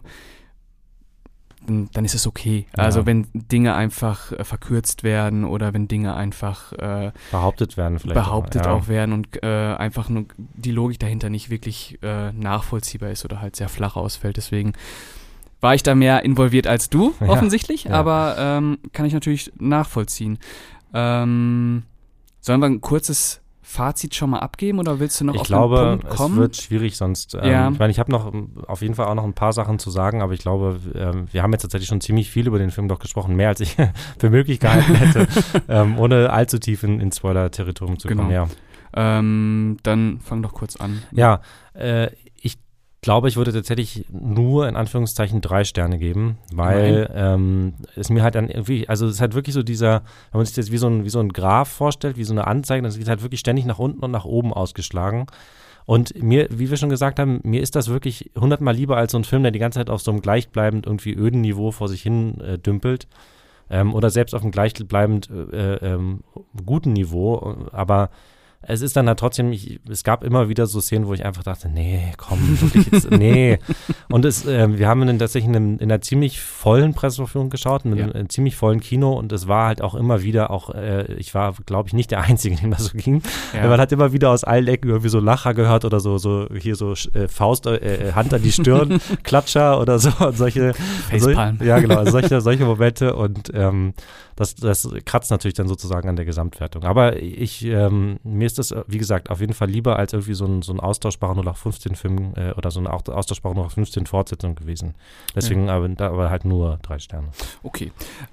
[SPEAKER 1] dann ist es okay. Ja. Also wenn Dinge einfach verkürzt werden oder wenn Dinge einfach
[SPEAKER 2] behauptet werden vielleicht.
[SPEAKER 1] Auch werden und einfach nur die Logik dahinter nicht wirklich nachvollziehbar ist oder halt sehr flach ausfällt. Deswegen war ich da mehr involviert als du, offensichtlich, aber kann ich natürlich nachvollziehen. Sollen wir ein kurzes Fazit schon mal abgeben oder willst du noch auf den Punkt kommen? Ich glaube, es wird
[SPEAKER 2] schwierig sonst. Ich meine, ich habe noch auf jeden Fall auch noch ein paar Sachen zu sagen, aber ich glaube, wir haben jetzt tatsächlich schon ziemlich viel über den Film doch gesprochen, mehr als ich für möglich gehalten hätte, ohne allzu tief in Spoiler-Territorium zu kommen. Ja.
[SPEAKER 1] Dann fang doch kurz an.
[SPEAKER 2] Ja, ich glaube, ich würde tatsächlich nur in Anführungszeichen 3 Sterne geben, weil es mir halt dann irgendwie, also es ist halt wirklich so dieser, wenn man sich das wie so ein Graph vorstellt, wie so eine Anzeige, das ist halt wirklich ständig nach unten und nach oben ausgeschlagen. Und mir, wie wir schon gesagt haben, mir ist das wirklich 100-mal lieber als so ein Film, der die ganze Zeit auf so einem gleichbleibend irgendwie öden Niveau vor sich hin dümpelt. Oder selbst auf einem gleichbleibend guten Niveau, aber es ist dann halt trotzdem, es gab immer wieder so Szenen, wo ich einfach dachte, nee, komm, wirklich jetzt, nee. Und wir haben tatsächlich in einer ziemlich vollen Presseverführung geschaut, in einem ziemlich vollen Kino und es war halt auch immer wieder, ich war, glaube ich, nicht der Einzige, dem das so ging. Ja. Man hat immer wieder aus allen Ecken irgendwie so Lacher gehört oder so hier so Faust, Hand an die Stirn, Klatscher oder so und solche.
[SPEAKER 1] Facepalm.
[SPEAKER 2] Ja, genau, solche Momente und das kratzt natürlich dann sozusagen an der Gesamtwertung. Aber mir ist das, wie gesagt, auf jeden Fall lieber als irgendwie so ein austauschbarer 0815-Film oder so eine austauschbare 0815-Fortsetzung gewesen. Deswegen aber halt nur 3 Sterne.
[SPEAKER 1] Okay.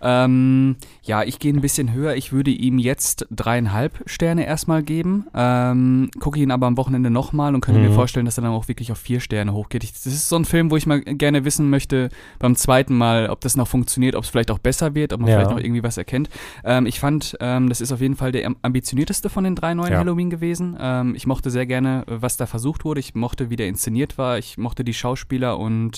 [SPEAKER 1] Ich gehe ein bisschen höher. Ich würde ihm jetzt 3,5 Sterne erstmal geben. Gucke ihn aber am Wochenende nochmal und könnte mir vorstellen, dass er dann auch wirklich auf 4 Sterne hochgeht. Das ist so ein Film, wo ich mal gerne wissen möchte, beim zweiten Mal, ob das noch funktioniert, ob es vielleicht auch besser wird, ob man vielleicht noch irgendwie was erkennt. Ich fand, das ist auf jeden Fall der ambitionierteste von den 3 neuen Halloween gewesen. Ich mochte sehr gerne, was da versucht wurde. Ich mochte, wie der inszeniert war. Ich mochte die Schauspieler und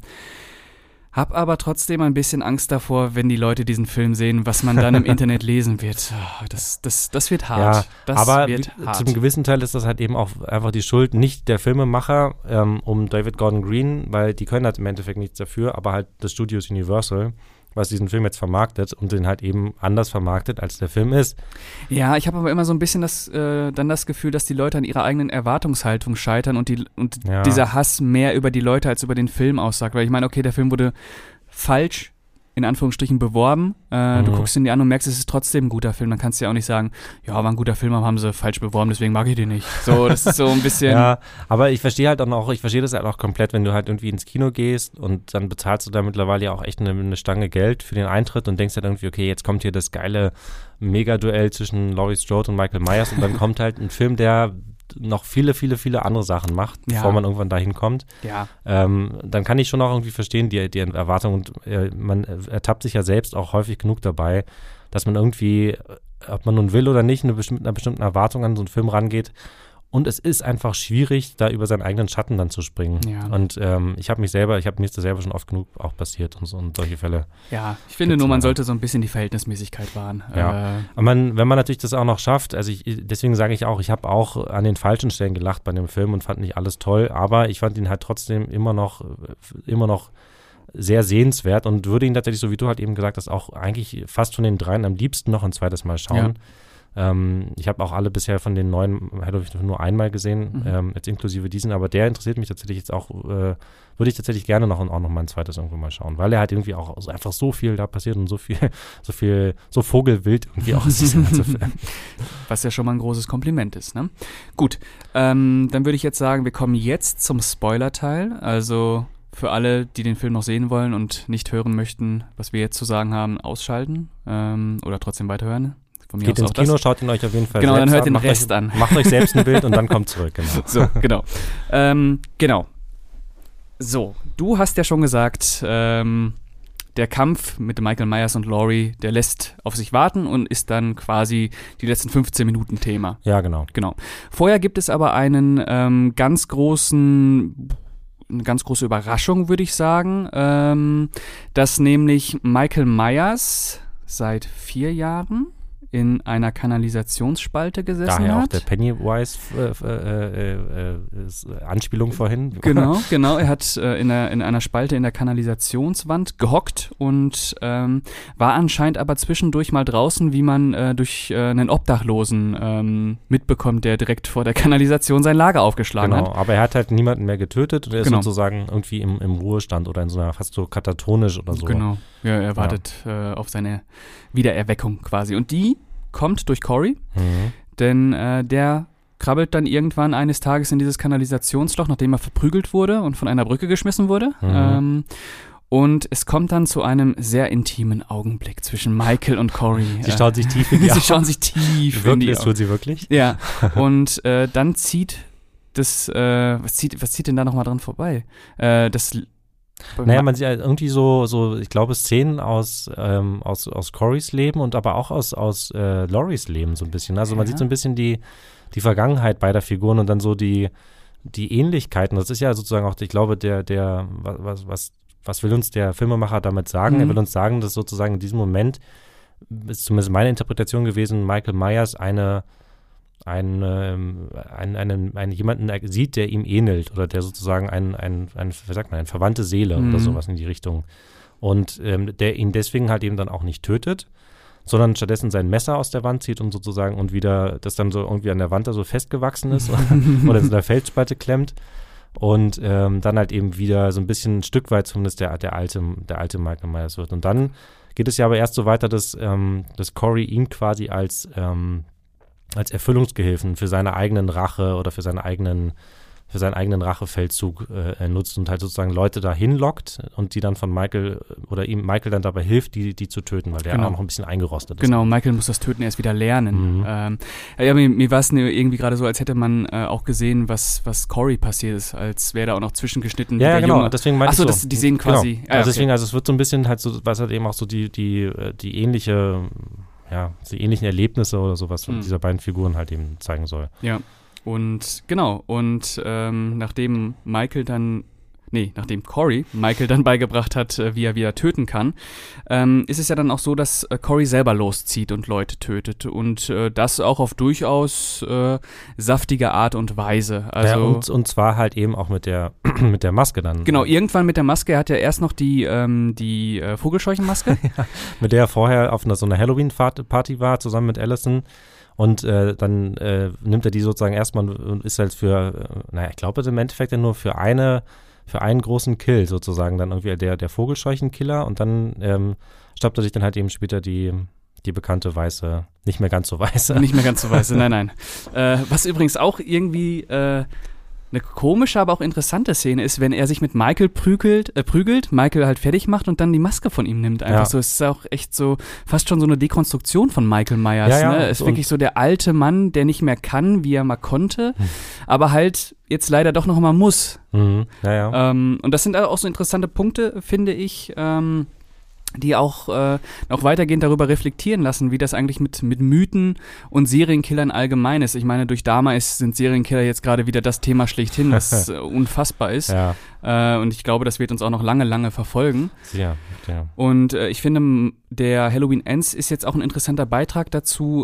[SPEAKER 1] hab aber trotzdem ein bisschen Angst davor, wenn die Leute diesen Film sehen, was man dann im Internet lesen wird. Das wird hart. Ja,
[SPEAKER 2] aber zum gewissen Teil ist das halt eben auch einfach die Schuld nicht der Filmemacher um David Gordon Green, weil die können halt im Endeffekt nichts dafür, aber halt des Studios Universal, was diesen Film jetzt vermarktet und den halt eben anders vermarktet, als der Film ist.
[SPEAKER 1] Ja, ich habe aber immer so ein bisschen dann das Gefühl, dass die Leute an ihrer eigenen Erwartungshaltung scheitern und dieser Hass mehr über die Leute als über den Film aussagt. Weil ich meine, okay, der Film wurde falsch in Anführungsstrichen beworben. Du guckst ihn dir an und merkst, es ist trotzdem ein guter Film. Dann kannst du ja auch nicht sagen, ja, war ein guter Film, aber haben sie falsch beworben, deswegen mag ich den nicht. So, das ist so ein bisschen...
[SPEAKER 2] Ja, aber ich verstehe das halt auch komplett, wenn du halt irgendwie ins Kino gehst und dann bezahlst du da mittlerweile ja auch echt eine Stange Geld für den Eintritt und denkst halt irgendwie, okay, jetzt kommt hier das geile Mega-Duell zwischen Laurie Strode und Michael Myers und dann kommt halt ein Film, der noch viele, viele, viele andere Sachen macht, bevor man irgendwann dahin kommt.
[SPEAKER 1] Ja.
[SPEAKER 2] Dann kann ich schon auch irgendwie verstehen, die Erwartung und man ertappt sich ja selbst auch häufig genug dabei, dass man irgendwie, ob man nun will oder nicht, einer bestimmten Erwartung an so einen Film rangeht. Und es ist einfach schwierig, da über seinen eigenen Schatten dann zu springen.
[SPEAKER 1] Ja.
[SPEAKER 2] Und mir ist das selber schon oft genug auch passiert und solche Fälle.
[SPEAKER 1] Ja, ich finde nur, man sollte so ein bisschen die Verhältnismäßigkeit wahren.
[SPEAKER 2] Ja. Wenn man natürlich das auch noch schafft, also deswegen sage ich auch, ich habe auch an den falschen Stellen gelacht bei dem Film und fand nicht alles toll, aber ich fand ihn halt trotzdem immer noch sehr sehenswert und würde ihn tatsächlich, so wie du halt eben gesagt hast, auch eigentlich fast von den dreien am liebsten noch ein zweites Mal schauen. Ja. Ich habe auch alle bisher von den neuen Halloween nur einmal gesehen, jetzt inklusive diesen, aber der interessiert mich tatsächlich jetzt auch, würde ich tatsächlich gerne auch noch mal ein zweites irgendwo mal schauen, weil er halt irgendwie auch einfach so viel da passiert und so vogelwild irgendwie auch ist dieser ganze Film.
[SPEAKER 1] Was ja schon mal ein großes Kompliment ist, ne? Gut, dann würde ich jetzt sagen, wir kommen jetzt zum Spoiler-Teil, also für alle, die den Film noch sehen wollen und nicht hören möchten, was wir jetzt zu sagen haben, ausschalten oder trotzdem weiterhören.
[SPEAKER 2] Geht ins Kino, schaut ihn euch auf jeden Fall
[SPEAKER 1] selbst an. Genau, dann hört
[SPEAKER 2] an,
[SPEAKER 1] den Rest an.
[SPEAKER 2] Macht euch selbst ein Bild und dann kommt zurück, genau.
[SPEAKER 1] So, genau. Genau. So, du hast ja schon gesagt, der Kampf mit Michael Myers und Laurie, der lässt auf sich warten und ist dann quasi die letzten 15 Minuten Thema.
[SPEAKER 2] Ja, genau.
[SPEAKER 1] Vorher gibt es aber eine ganz große Überraschung, würde ich sagen, dass nämlich Michael Myers seit 4 Jahren in einer Kanalisationsspalte gesessen
[SPEAKER 2] Daher
[SPEAKER 1] hat.
[SPEAKER 2] Auch der Pennywise Anspielung vorhin.
[SPEAKER 1] Genau. Er hat in einer Spalte in der Kanalisationswand gehockt und war anscheinend aber zwischendurch mal draußen, wie man durch einen Obdachlosen mitbekommt, der direkt vor der Kanalisation sein Lager aufgeschlagen hat.
[SPEAKER 2] Genau, aber er hat halt niemanden mehr getötet und er ist sozusagen irgendwie im Ruhestand oder in so einer fast so katatonisch oder so.
[SPEAKER 1] Genau, ja, er wartet auf seine Wiedererweckung quasi. Und die kommt durch Corey, denn der krabbelt dann irgendwann eines Tages in dieses Kanalisationsloch, nachdem er verprügelt wurde und von einer Brücke geschmissen wurde. Und es kommt dann zu einem sehr intimen Augenblick zwischen Michael und Corey.
[SPEAKER 2] Sie schauen sich tief in die Augen.
[SPEAKER 1] Sie schauen sich tief in die Augen.
[SPEAKER 2] Tut sie wirklich?
[SPEAKER 1] Ja, und dann zieht das, was zieht denn da nochmal dran vorbei?
[SPEAKER 2] Naja, man sieht halt irgendwie so, ich glaube, Szenen aus Corys Leben und aber auch aus Lauries Leben so ein bisschen. Also man sieht so ein bisschen die Vergangenheit beider Figuren und dann so die Ähnlichkeiten. Das ist ja sozusagen auch, ich glaube, was will uns der Filmemacher damit sagen? Er will uns sagen, dass sozusagen in diesem Moment, ist zumindest meine Interpretation gewesen, Michael Myers jemanden sieht, der ihm ähnelt oder der sozusagen eine verwandte Seele oder sowas in die Richtung und der ihn deswegen halt eben dann auch nicht tötet, sondern stattdessen sein Messer aus der Wand zieht und sozusagen und wieder das dann so irgendwie an der Wand da so festgewachsen ist oder in so einer Felsspalte klemmt und dann halt eben wieder so ein bisschen ein Stück weit zumindest der alte Michael Myers wird. Und dann geht es ja aber erst so weiter, dass Corey ihn quasi als Erfüllungsgehilfen für seine eigenen Rache oder für seinen eigenen Rachefeldzug nutzt und halt sozusagen Leute dahin lockt und die dann von Michael oder ihm Michael dann dabei hilft, die zu töten, weil der auch noch ein bisschen eingerostet ist.
[SPEAKER 1] Genau, Michael muss das Töten erst wieder lernen. Mir war es irgendwie gerade so, als hätte man auch gesehen, was Corey passiert ist, als wäre da auch noch zwischengeschnitten.
[SPEAKER 2] Ja, genau, Junge. Deswegen meinte ich so.
[SPEAKER 1] Die sehen quasi.
[SPEAKER 2] Genau. Deswegen, also es wird so ein bisschen halt so, was halt eben auch so die ähnliche die ähnlichen Erlebnisse oder sowas von dieser beiden Figuren halt eben zeigen soll.
[SPEAKER 1] Ja, und genau, und nachdem Corey Michael dann beigebracht hat, wie er wieder töten kann, ist es ja dann auch so, dass Corey selber loszieht und Leute tötet und das auch auf durchaus saftige Art und Weise. Also,
[SPEAKER 2] und zwar halt eben auch mit der Maske dann.
[SPEAKER 1] Genau, irgendwann mit der Maske. Er hat ja erst noch die Vogelscheuchenmaske.
[SPEAKER 2] Mit der er vorher auf so einer Halloween-Party war, zusammen mit Allison. Und dann nimmt er die sozusagen erstmal und ist halt ich glaube im Endeffekt ja nur für für einen großen Kill sozusagen dann irgendwie der Vogelscheuchenkiller und dann stoppt er sich dann halt eben später die bekannte weiße, nicht mehr ganz so weiße.
[SPEAKER 1] Nicht mehr ganz so weiße, nein. Was übrigens auch irgendwie eine komische, aber auch interessante Szene ist, wenn er sich mit Michael prügelt, Michael halt fertig macht und dann die Maske von ihm nimmt. Einfach so, es ist auch echt so, fast schon so eine Dekonstruktion von Michael Myers.
[SPEAKER 2] Ja,
[SPEAKER 1] ne? Es ist wirklich so der alte Mann, der nicht mehr kann, wie er mal konnte, aber halt jetzt leider doch noch mal muss.
[SPEAKER 2] Mhm.
[SPEAKER 1] Und das sind auch so interessante Punkte, finde ich, die auch weitergehend darüber reflektieren lassen, wie das eigentlich mit Mythen und Serienkillern allgemein ist. Ich meine, durch Dahmer sind Serienkiller jetzt gerade wieder das Thema schlechthin, was unfassbar ist. Ja. Und ich glaube, das wird uns auch noch lange, lange verfolgen.
[SPEAKER 2] Ja.
[SPEAKER 1] Und ich finde, der Halloween Ends ist jetzt auch ein interessanter Beitrag dazu,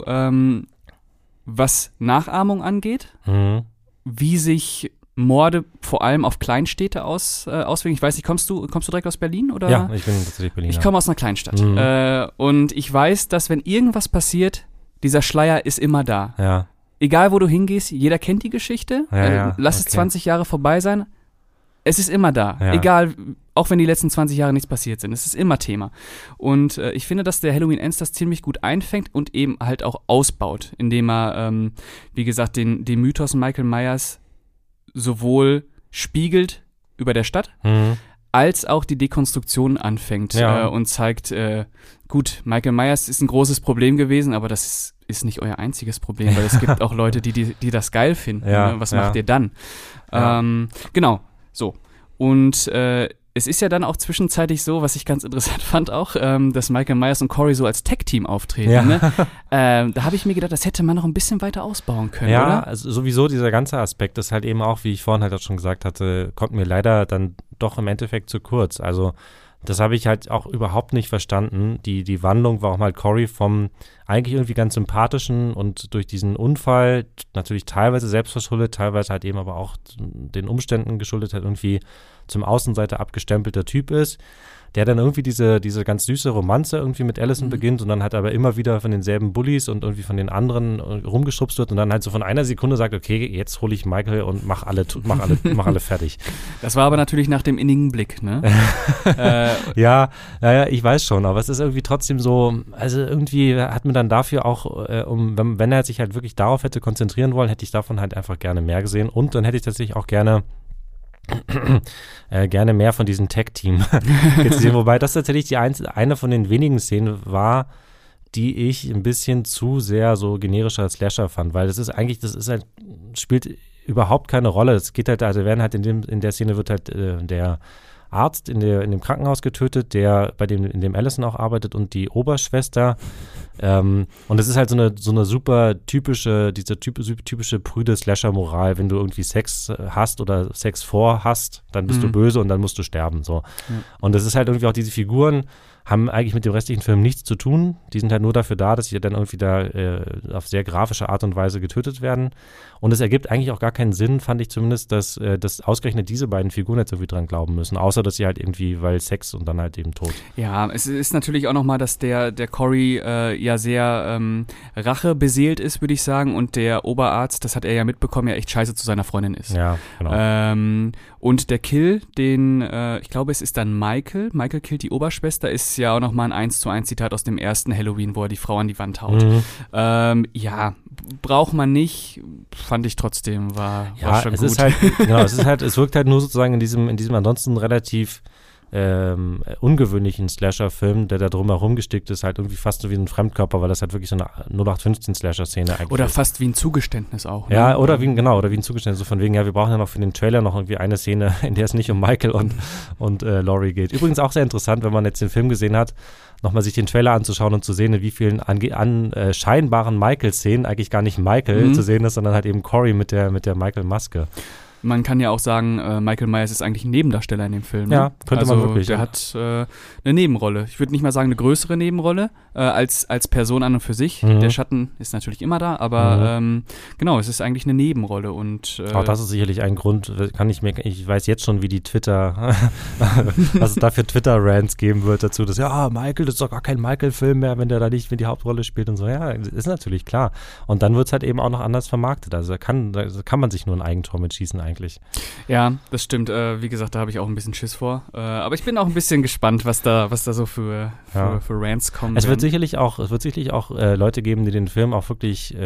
[SPEAKER 1] was Nachahmung angeht, wie sich Morde vor allem auf Kleinstädte auswirken. Ich weiß nicht, kommst du direkt aus Berlin? Oder?
[SPEAKER 2] Ja, ich bin tatsächlich Berliner.
[SPEAKER 1] Ich komme aus einer Kleinstadt. Und ich weiß, dass wenn irgendwas passiert, dieser Schleier ist immer da.
[SPEAKER 2] Ja.
[SPEAKER 1] Egal, wo du hingehst, jeder kennt die Geschichte. Lass es 20 Jahre vorbei sein. Es ist immer da. Ja. Egal, auch wenn die letzten 20 Jahre nichts passiert sind. Es ist immer Thema. Und ich finde, dass der Halloween Ends das ziemlich gut einfängt und eben halt auch ausbaut, indem er, wie gesagt, den Mythos Michael Myers sowohl spiegelt über der Stadt, als auch die Dekonstruktion anfängt und zeigt, gut, Michael Myers ist ein großes Problem gewesen, aber das ist nicht euer einziges Problem, weil es gibt auch Leute, die das geil finden. Ne? Was macht ihr dann? Genau, so. Und es ist ja dann auch zwischenzeitlich so, was ich ganz interessant fand auch, dass Michael Myers und Corey so als Tag-Team auftreten. Ja. Ne? Da habe ich mir gedacht, das hätte man noch ein bisschen weiter ausbauen können, oder?
[SPEAKER 2] Ja, also sowieso dieser ganze Aspekt ist halt eben auch, wie ich vorhin halt auch schon gesagt hatte, kommt mir leider dann doch im Endeffekt zu kurz. Also das habe ich halt auch überhaupt nicht verstanden. Die Wandlung, warum halt Corey vom eigentlich irgendwie ganz sympathischen und durch diesen Unfall natürlich teilweise selbstverschuldet, teilweise halt eben aber auch den Umständen geschuldet halt irgendwie zum Außenseiter abgestempelter Typ ist, der dann irgendwie diese ganz süße Romanze irgendwie mit Allison beginnt und dann halt aber immer wieder von denselben Bullies und irgendwie von den anderen rumgeschubst wird und dann halt so von einer Sekunde sagt, okay, jetzt hole ich Michael und mach alle fertig.
[SPEAKER 1] Das war aber natürlich nach dem innigen Blick, ne?
[SPEAKER 2] Ja, ich weiß schon, aber es ist irgendwie trotzdem so, also irgendwie hat mir dann dafür auch, wenn er sich halt wirklich darauf hätte konzentrieren wollen, hätte ich davon halt einfach gerne mehr gesehen und dann hätte ich tatsächlich auch gerne mehr von diesem Tag-Team gesehen, wobei das tatsächlich eine von den wenigen Szenen war, die ich ein bisschen zu sehr so generischer Slasher fand, weil spielt überhaupt keine Rolle. Es geht halt, also werden halt in der Szene wird halt der Arzt in dem Krankenhaus getötet, in dem Allison auch arbeitet und die Oberschwester. Und es ist halt so eine super typische prüde Slasher-Moral, wenn du irgendwie Sex hast oder Sex vorhast, dann bist du böse und dann musst du sterben. So. Ja. Und das ist halt irgendwie auch diese Figuren haben eigentlich mit dem restlichen Film nichts zu tun. Die sind halt nur dafür da, dass sie dann irgendwie da auf sehr grafische Art und Weise getötet werden. Und es ergibt eigentlich auch gar keinen Sinn, fand ich zumindest, dass ausgerechnet diese beiden Figuren jetzt irgendwie dran glauben müssen. Außer, dass sie halt irgendwie, weil Sex und dann halt eben tot.
[SPEAKER 1] Ja, es ist natürlich auch nochmal, dass der Corey ja sehr rachebeseelt ist, würde ich sagen. Und der Oberarzt, das hat er ja mitbekommen, ja echt scheiße zu seiner Freundin ist.
[SPEAKER 2] Ja, genau.
[SPEAKER 1] Und der Kill, ich glaube, es ist dann Michael. Michael killt die Oberschwester, ist ja auch nochmal ein 1:1 Zitat aus dem ersten Halloween, wo er die Frau an die Wand haut. Ja, braucht man nicht, fand ich trotzdem, war schon gut.
[SPEAKER 2] Es wirkt halt nur sozusagen in diesem ansonsten relativ ungewöhnlichen Slasher-Film, der da drumherum gestickt ist, halt irgendwie fast so wie ein Fremdkörper, weil das halt wirklich so eine 0815-Slasher-Szene eigentlich
[SPEAKER 1] oder
[SPEAKER 2] ist.
[SPEAKER 1] Fast wie ein Zugeständnis auch.
[SPEAKER 2] Ne? Ja, oder wie ein Zugeständnis, so von wegen, ja, wir brauchen ja noch für den Trailer noch irgendwie eine Szene, in der es nicht um Michael und Laurie geht. Übrigens auch sehr interessant, wenn man jetzt den Film gesehen hat, nochmal sich den Trailer anzuschauen und zu sehen, in wie vielen scheinbaren Michael-Szenen eigentlich gar nicht Michael zu sehen ist, sondern halt eben Corey mit der Michael-Maske.
[SPEAKER 1] Man kann ja auch sagen, Michael Myers ist eigentlich ein Nebendarsteller in dem Film. Ne?
[SPEAKER 2] Ja, könnte man wirklich.
[SPEAKER 1] Der hat eine Nebenrolle. Ich würde nicht mal sagen eine größere Nebenrolle als Person an und für sich. Der Schatten ist natürlich immer da, aber genau, es ist eigentlich eine Nebenrolle. Und
[SPEAKER 2] auch das ist sicherlich ein Grund, ich weiß jetzt schon, wie die was es da für Twitter-Rants geben wird dazu, dass Michael, das ist doch gar kein Michael-Film mehr, wenn die Hauptrolle spielt und so. Ja, ist natürlich klar. Und dann wird es halt eben auch noch anders vermarktet. Also da kann man sich nur ein Eigentor mitschießen eigentlich.
[SPEAKER 1] Ja, das stimmt. Wie gesagt, da habe ich auch ein bisschen Schiss vor. Aber ich bin auch ein bisschen gespannt, was da so für Rants kommen.
[SPEAKER 2] Es wird sicherlich auch Leute geben, die den Film auch wirklich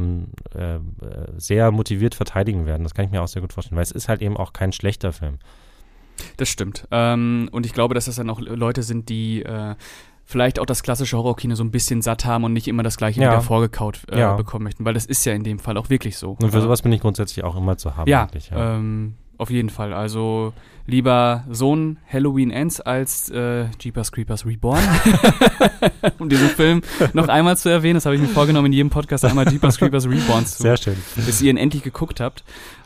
[SPEAKER 2] sehr motiviert verteidigen werden. Das kann ich mir auch sehr gut vorstellen, weil es ist halt eben auch kein schlechter Film.
[SPEAKER 1] Das stimmt. Und ich glaube, dass das dann auch Leute sind, die vielleicht auch das klassische Horrorkino so ein bisschen satt haben und nicht immer das Gleiche wieder vorgekaut bekommen möchten, weil das ist ja in dem Fall auch wirklich so.
[SPEAKER 2] Und für sowas bin ich grundsätzlich auch immer zu haben.
[SPEAKER 1] Ja, auf jeden Fall. Also lieber so ein Halloween Ends als Jeepers Creepers Reborn. Um diesen Film noch einmal zu erwähnen, das habe ich mir vorgenommen, in jedem Podcast einmal Jeepers Creepers Reborn zu.
[SPEAKER 2] Sehr schön.
[SPEAKER 1] Bis ihr ihn endlich geguckt habt.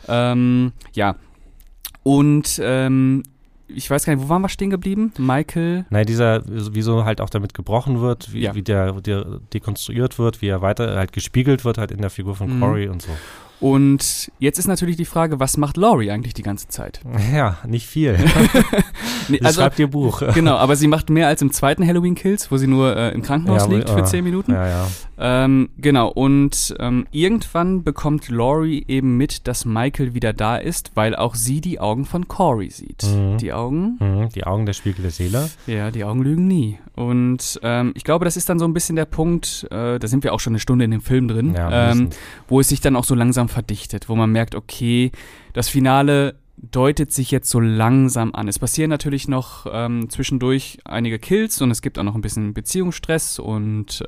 [SPEAKER 1] Ja. Und ich weiß gar nicht, wo waren wir stehen geblieben? Michael?
[SPEAKER 2] Nein, wieso halt auch damit gebrochen wird, wie der dekonstruiert wird, wie er weiter halt gespiegelt wird halt in der Figur von Corey und so.
[SPEAKER 1] Und jetzt ist natürlich die Frage, was macht Laurie eigentlich die ganze Zeit?
[SPEAKER 2] Ja, nicht viel. Sie schreibt ihr Buch.
[SPEAKER 1] Genau, aber sie macht mehr als im zweiten Halloween Kills, wo sie nur im Krankenhaus liegt für 10 Minuten.
[SPEAKER 2] Ja.
[SPEAKER 1] Genau, und irgendwann bekommt Laurie eben mit, dass Michael wieder da ist, weil auch sie die Augen von Corey sieht. Die Augen?
[SPEAKER 2] Die Augen der Spiegel der Seele.
[SPEAKER 1] Ja, die Augen lügen nie. Und ich glaube, das ist dann so ein bisschen der Punkt, da sind wir auch schon eine Stunde in dem Film drin, wo es sich dann auch so langsam verdichtet, wo man merkt, okay, das Finale deutet sich jetzt so langsam an. Es passieren natürlich noch zwischendurch einige Kills und es gibt auch noch ein bisschen Beziehungsstress und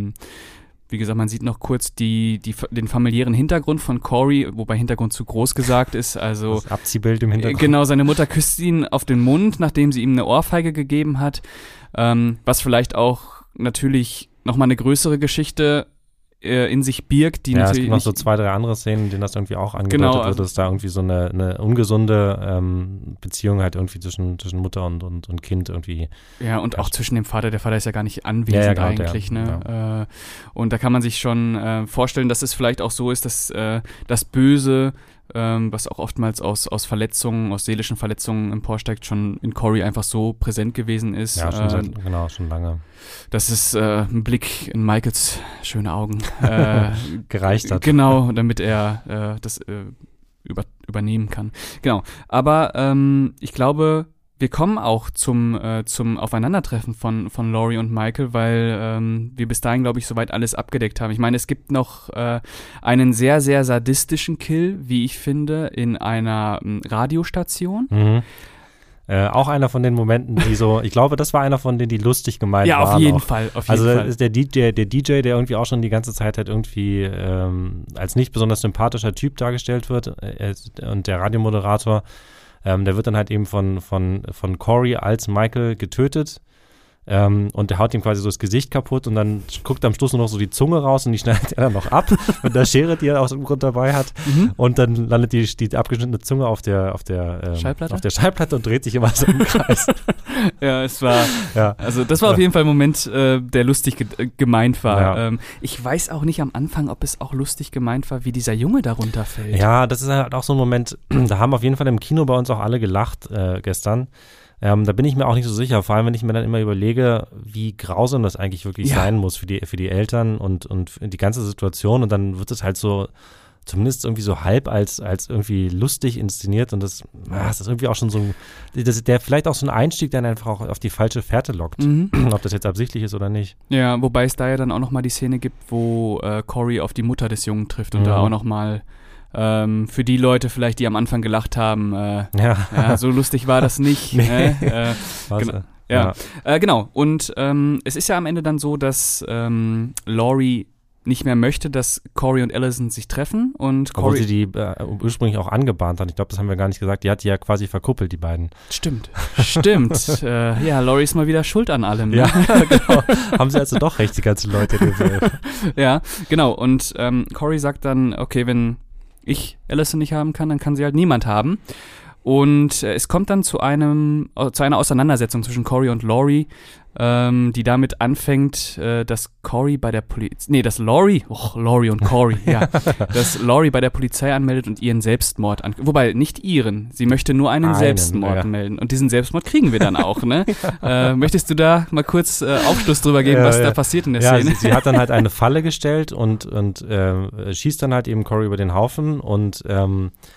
[SPEAKER 1] wie gesagt, man sieht noch kurz den familiären Hintergrund von Corey, wobei Hintergrund zu groß gesagt ist. Also
[SPEAKER 2] das Abziehbild im Hintergrund.
[SPEAKER 1] Genau, seine Mutter küsst ihn auf den Mund, nachdem sie ihm eine Ohrfeige gegeben hat, was vielleicht auch natürlich nochmal eine größere Geschichte in sich birgt, die natürlich. Es gibt
[SPEAKER 2] noch so 2, 3 andere Szenen, in denen das irgendwie auch angedeutet wird, dass da irgendwie so eine ungesunde Beziehung halt irgendwie zwischen Mutter und Kind irgendwie.
[SPEAKER 1] Ja, und auch zwischen dem Vater. Der Vater ist ja gar nicht anwesend eigentlich. Ne? Ja. Und da kann man sich schon vorstellen, dass es vielleicht auch so ist, dass das Böse, was auch oftmals aus Verletzungen, aus seelischen Verletzungen emporsteigt, schon in Corey einfach so präsent gewesen ist.
[SPEAKER 2] Ja, schon lange.
[SPEAKER 1] Dass es ein Blick in Michaels schöne Augen
[SPEAKER 2] gereicht hat.
[SPEAKER 1] Genau, damit er das übernehmen kann. Genau, aber ich glaube, wir kommen auch zum Aufeinandertreffen von Laurie und Michael, weil wir bis dahin, glaube ich, soweit alles abgedeckt haben. Ich meine, es gibt noch einen sehr, sehr sadistischen Kill, wie ich finde, in einer Radiostation.
[SPEAKER 2] Auch einer von den Momenten, die so, ich glaube, das war einer von denen, die lustig gemeint waren.
[SPEAKER 1] Ja, auf jeden Fall.
[SPEAKER 2] Also ist der DJ, der irgendwie auch schon die ganze Zeit halt irgendwie als nicht besonders sympathischer Typ dargestellt wird und der Radiomoderator, der wird dann halt eben von Corey als Michael getötet. Und der haut ihm quasi so das Gesicht kaputt und dann guckt am Schluss nur noch so die Zunge raus und die schneidet er dann noch ab mit der Schere, die er aus dem Grund dabei hat. Und dann landet die abgeschnittene Zunge auf der Schallplatte und dreht sich immer so im Kreis.
[SPEAKER 1] Ja, es war, also das war auf jeden Fall ein Moment, der lustig gemeint war.
[SPEAKER 2] Ja.
[SPEAKER 1] Ich weiß auch nicht am Anfang, ob es auch lustig gemeint war, wie dieser Junge da runterfällt.
[SPEAKER 2] Ja, das ist halt auch so ein Moment, da haben auf jeden Fall im Kino bei uns auch alle gelacht gestern. Da bin ich mir auch nicht so sicher, vor allem wenn ich mir dann immer überlege, wie grausam das eigentlich wirklich sein muss für die Eltern und die ganze Situation, und dann wird es halt so zumindest irgendwie so halb als irgendwie lustig inszeniert, und das ist irgendwie auch schon so der vielleicht auch so ein Einstieg, der dann einfach auch auf die falsche Fährte lockt, ob das jetzt absichtlich ist oder nicht.
[SPEAKER 1] Ja, wobei es da ja dann auch nochmal die Szene gibt, wo Corey auf die Mutter des Jungen trifft und da auch nochmal für die Leute vielleicht, die am Anfang gelacht haben, so lustig war das nicht.
[SPEAKER 2] Nee.
[SPEAKER 1] Genau. Und es ist ja am Ende dann so, dass Laurie nicht mehr möchte, dass Corey und Allison sich treffen. Und
[SPEAKER 2] obwohl sie die ursprünglich auch angebahnt hat. Ich glaube, das haben wir gar nicht gesagt. Die hat die ja quasi verkuppelt, die beiden.
[SPEAKER 1] Stimmt. Laurie ist mal wieder schuld an allem. Ne?
[SPEAKER 2] Ja, genau. Haben sie also doch recht, die ganzen Leute.
[SPEAKER 1] Ja, genau. Und Corey sagt dann, okay, wenn ich Allison nicht haben kann, dann kann sie halt niemand haben. Und es kommt dann zu einer Auseinandersetzung zwischen Corey und Laurie, die damit anfängt, dass Laurie und Corey, dass Laurie bei der Polizei anmeldet und ihren Selbstmord wobei nicht ihren, sie möchte nur einen Selbstmord melden, und diesen Selbstmord kriegen wir dann auch, ne? Möchtest du da mal kurz Aufschluss drüber geben, was da passiert in der Szene?
[SPEAKER 2] Sie hat dann halt eine Falle gestellt und schießt dann halt eben Corey über den Haufen, und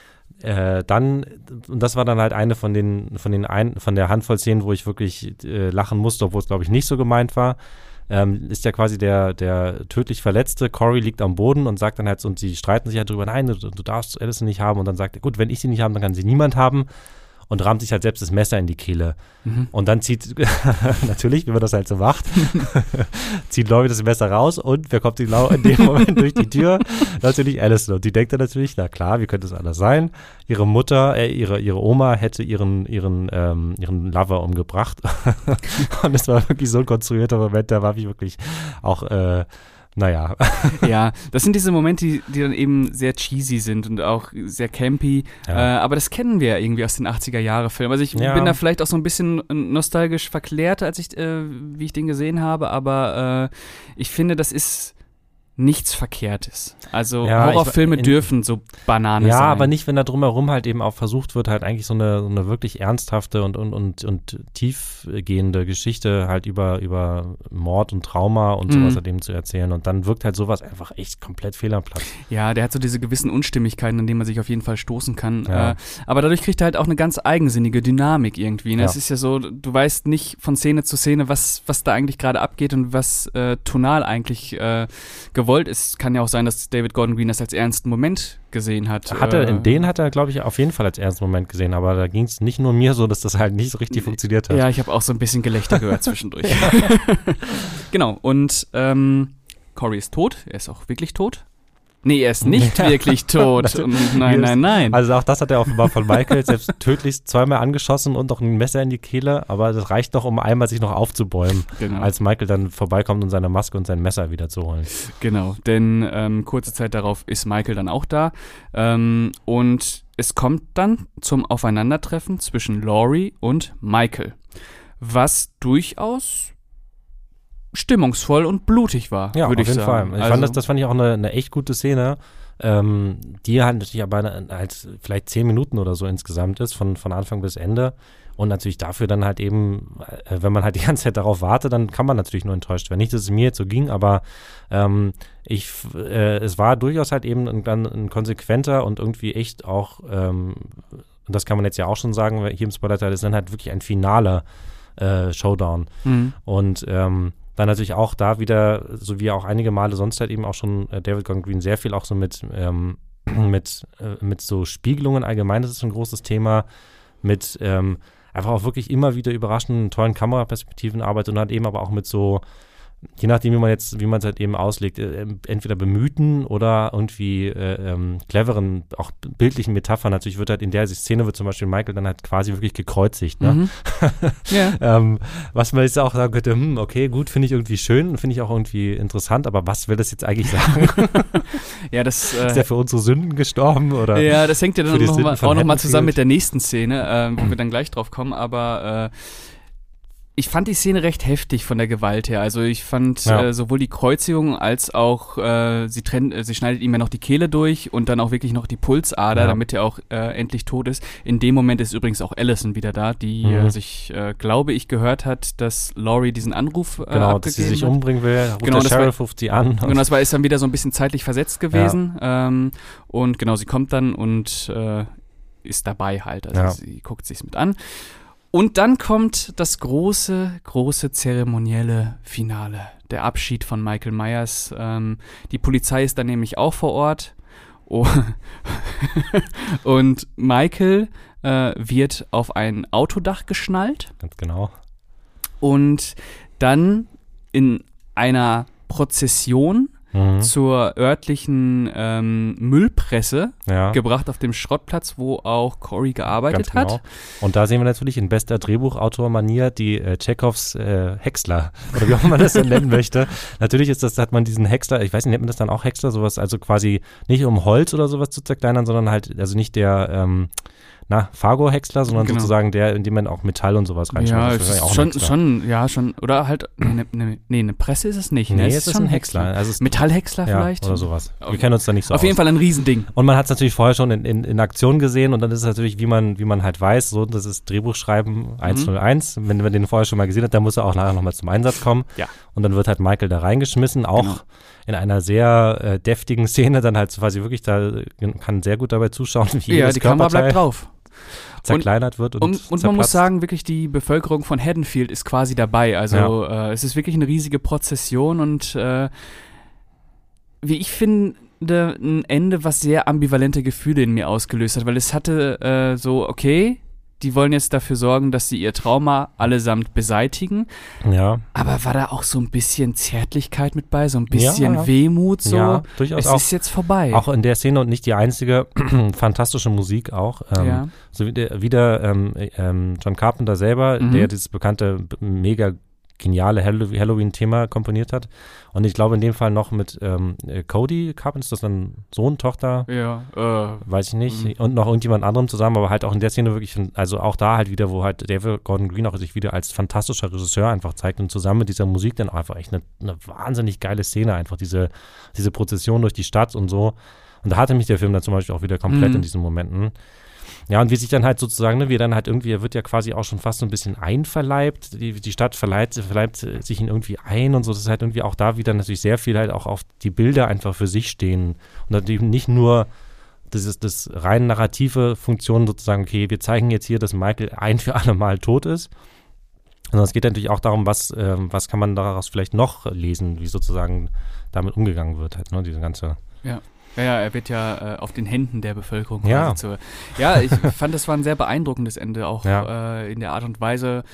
[SPEAKER 2] dann, und das war dann halt eine von der Handvoll Szenen, wo ich wirklich lachen musste, obwohl es, glaube ich, nicht so gemeint war, ist ja quasi der tödlich Verletzte. Corey liegt am Boden und sagt dann halt, und sie streiten sich halt drüber, nein, du darfst Allison nicht haben. Und dann sagt er, gut, wenn ich sie nicht habe, dann kann sie niemand haben. Und rammt sich halt selbst das Messer in die Kehle. Und dann zieht, natürlich, wie man das halt so macht, zieht Laurie das Messer raus und wer kommt in dem Moment durch die Tür? Natürlich Allison. Und die denkt dann natürlich, na klar, wie könnte es anders sein? Ihre Mutter, ihre Oma hätte ihren Lover umgebracht. Und es war wirklich so ein konstruierter Moment, da war ich wirklich auch naja.
[SPEAKER 1] Ja, das sind diese Momente, die dann eben sehr cheesy sind und auch sehr campy. Ja. Aber das kennen wir ja irgendwie aus den 80er-Jahre-Filmen. Also ich bin da vielleicht auch so ein bisschen nostalgisch verklärt, wie ich den gesehen habe. Aber ich finde, das ist nichts Verkehrtes. Also Horrorfilme dürfen so Banane sein.
[SPEAKER 2] Ja, aber nicht, wenn da drumherum halt eben auch versucht wird, halt eigentlich so eine wirklich ernsthafte und tiefgehende Geschichte halt über Mord und Trauma und sowas halt eben zu erzählen. Und dann wirkt halt sowas einfach echt komplett fehl am Platz.
[SPEAKER 1] Ja, der hat so diese gewissen Unstimmigkeiten, an denen man sich auf jeden Fall stoßen kann. Ja. Aber dadurch kriegt er halt auch eine ganz eigensinnige Dynamik irgendwie. Ne? Ja. Es ist ja so, du weißt nicht von Szene zu Szene, was da eigentlich gerade abgeht und was tonal eigentlich gewollt ist. Kann ja auch sein, dass David Gordon Green das als ernsten Moment gesehen hat.
[SPEAKER 2] Den hat er, glaube ich, auf jeden Fall als ernsten Moment gesehen, aber da ging es nicht nur mir so, dass das halt nicht so richtig funktioniert hat.
[SPEAKER 1] Ja, ich habe auch so ein bisschen Gelächter gehört zwischendurch. Genau, und Corey ist tot, er ist auch wirklich tot. Nee, er ist nicht wirklich tot. Nein.
[SPEAKER 2] Also auch das hat er offenbar von Michael selbst tödlichst zweimal angeschossen und noch ein Messer in die Kehle, aber das reicht noch, um einmal sich noch aufzubäumen, als Michael dann vorbeikommt, um seine Maske und sein Messer wieder zu holen.
[SPEAKER 1] Genau, denn kurze Zeit darauf ist Michael dann auch da und es kommt dann zum Aufeinandertreffen zwischen Laurie und Michael, was durchaus stimmungsvoll und blutig war, würde ich sagen.
[SPEAKER 2] Ja, auf jeden Fall. Das fand ich auch eine echt gute Szene, die halt natürlich aber halt vielleicht 10 Minuten oder so insgesamt ist, von Anfang bis Ende. Und natürlich dafür dann halt eben, wenn man halt die ganze Zeit darauf wartet, dann kann man natürlich nur enttäuscht werden. Nicht, dass es mir jetzt so ging, aber es war durchaus halt eben ein konsequenter und irgendwie echt auch, und das kann man jetzt ja auch schon sagen, hier im Spoiler-Teil ist dann halt wirklich ein finaler Showdown. Und dann natürlich auch da wieder, so wie auch einige Male sonst halt eben auch schon David Gordon Green sehr viel auch so mit so Spiegelungen allgemein, das ist ein großes Thema, mit einfach auch wirklich immer wieder überraschenden, tollen Kameraperspektiven arbeitet und halt eben aber auch mit so, je nachdem, wie man es halt eben auslegt, entweder bemühten oder irgendwie cleveren, auch bildlichen Metaphern. Natürlich wird halt in der Szene wird zum Beispiel Michael dann halt quasi wirklich gekreuzigt. Ne? Was man jetzt auch sagen könnte, okay, gut, finde ich irgendwie schön, finde ich auch irgendwie interessant, aber was will das jetzt eigentlich sagen?
[SPEAKER 1] Ja, das
[SPEAKER 2] ist der für unsere Sünden gestorben? Oder
[SPEAKER 1] ja, das hängt ja dann auch noch mal zusammen mit der nächsten Szene, wo wir dann gleich drauf kommen, aber ich fand die Szene recht heftig von der Gewalt her. Also ich fand sowohl die Kreuzigung als auch sie schneidet ihm ja noch die Kehle durch und dann auch wirklich noch die Pulsader, damit er auch endlich tot ist. In dem Moment ist übrigens auch Allison wieder da, die sich, glaube ich, gehört hat, dass Laurie diesen Anruf abgegeben hat.
[SPEAKER 2] Dass sie sich umbringen will. Der Sheriff ruft sie an.
[SPEAKER 1] Genau, das ist dann wieder so ein bisschen zeitlich versetzt gewesen. Und genau, sie kommt dann und ist dabei halt. Also sie guckt sich's mit an. Und dann kommt das große zeremonielle Finale, der Abschied von Michael Myers. Die Polizei ist dann nämlich auch vor Ort. Und Michael wird auf ein Autodach geschnallt.
[SPEAKER 2] Ganz genau.
[SPEAKER 1] Und dann in einer Prozession zur örtlichen Müllpresse gebracht auf dem Schrottplatz, wo auch Corey gearbeitet hat.
[SPEAKER 2] Und da sehen wir natürlich in bester Drehbuchautor-Manier die Tschechows Häcksler, oder wie auch man das dann nennen möchte. Natürlich hat man diesen Häcksler, ich weiß nicht, nennt man das dann auch Häcksler, sowas, also quasi nicht um Holz oder sowas zu zerkleinern, sondern halt, also nicht der Fargo-Häcksler, sondern sozusagen der, in dem man auch Metall und sowas
[SPEAKER 1] reinschmeißt.
[SPEAKER 2] Ja,
[SPEAKER 1] ist schon, oder halt, eine Presse ist es nicht.
[SPEAKER 2] Nee, es ist schon ein Häcksler.
[SPEAKER 1] Also Metallhäcksler vielleicht?
[SPEAKER 2] Oder sowas. Wir kennen uns da nicht so aus.
[SPEAKER 1] Auf jeden Fall ein Riesending.
[SPEAKER 2] Und man hat es natürlich vorher schon in Aktion gesehen und dann ist es natürlich, wie man halt weiß, so, das ist Drehbuchschreiben 101. Wenn man den vorher schon mal gesehen hat, dann muss er auch nachher nochmal zum Einsatz kommen.
[SPEAKER 1] Ja.
[SPEAKER 2] Und dann wird halt Michael da reingeschmissen, auch in einer sehr deftigen Szene, dann halt quasi wirklich, da kann sehr gut dabei zuschauen, wie
[SPEAKER 1] die Kamera bleibt drauf.
[SPEAKER 2] Zerkleinert wird und
[SPEAKER 1] man muss sagen, wirklich die Bevölkerung von Haddonfield ist quasi dabei. Also es ist wirklich eine riesige Prozession und wie ich finde, ein Ende, was sehr ambivalente Gefühle in mir ausgelöst hat, weil es hatte okay, die wollen jetzt dafür sorgen, dass sie ihr Trauma allesamt beseitigen.
[SPEAKER 2] Ja.
[SPEAKER 1] Aber war da auch so ein bisschen Zärtlichkeit mit bei, so ein bisschen Wehmut so?
[SPEAKER 2] Ja, durchaus.
[SPEAKER 1] Es ist jetzt vorbei.
[SPEAKER 2] Auch in der Szene und nicht die einzige, fantastische Musik auch. So wieder John Carpenter selber, der dieses bekannte, mega geniale Halloween-Thema komponiert hat. Und ich glaube in dem Fall noch mit Cody Carpenter, ist das dann Sohn, Tochter?
[SPEAKER 1] Ja.
[SPEAKER 2] Weiß ich nicht. Und noch irgendjemand anderem zusammen, aber halt auch in der Szene wirklich, also auch da halt wieder, wo halt David Gordon Green auch sich wieder als fantastischer Regisseur einfach zeigt und zusammen mit dieser Musik dann einfach echt eine wahnsinnig geile Szene, einfach diese Prozession durch die Stadt und so. Und da hatte mich der Film dann zum Beispiel auch wieder komplett in diesen Momenten. Ja, und wie sich dann halt sozusagen, wie er dann halt irgendwie, er wird ja quasi auch schon fast so ein bisschen einverleibt, die Stadt verleibt sich ihn irgendwie ein und so, das ist halt irgendwie auch da wieder natürlich sehr viel halt auch auf die Bilder einfach für sich stehen und natürlich nicht nur das rein narrative Funktion sozusagen, okay, wir zeigen jetzt hier, dass Michael ein für alle Mal tot ist, sondern es geht natürlich auch darum, was kann man daraus vielleicht noch lesen, wie sozusagen damit umgegangen wird halt, ne, diese ganze...
[SPEAKER 1] Ja, er wird ja auf den Händen der Bevölkerung quasi ich fand, das war ein sehr beeindruckendes Ende, auch in der Art und Weise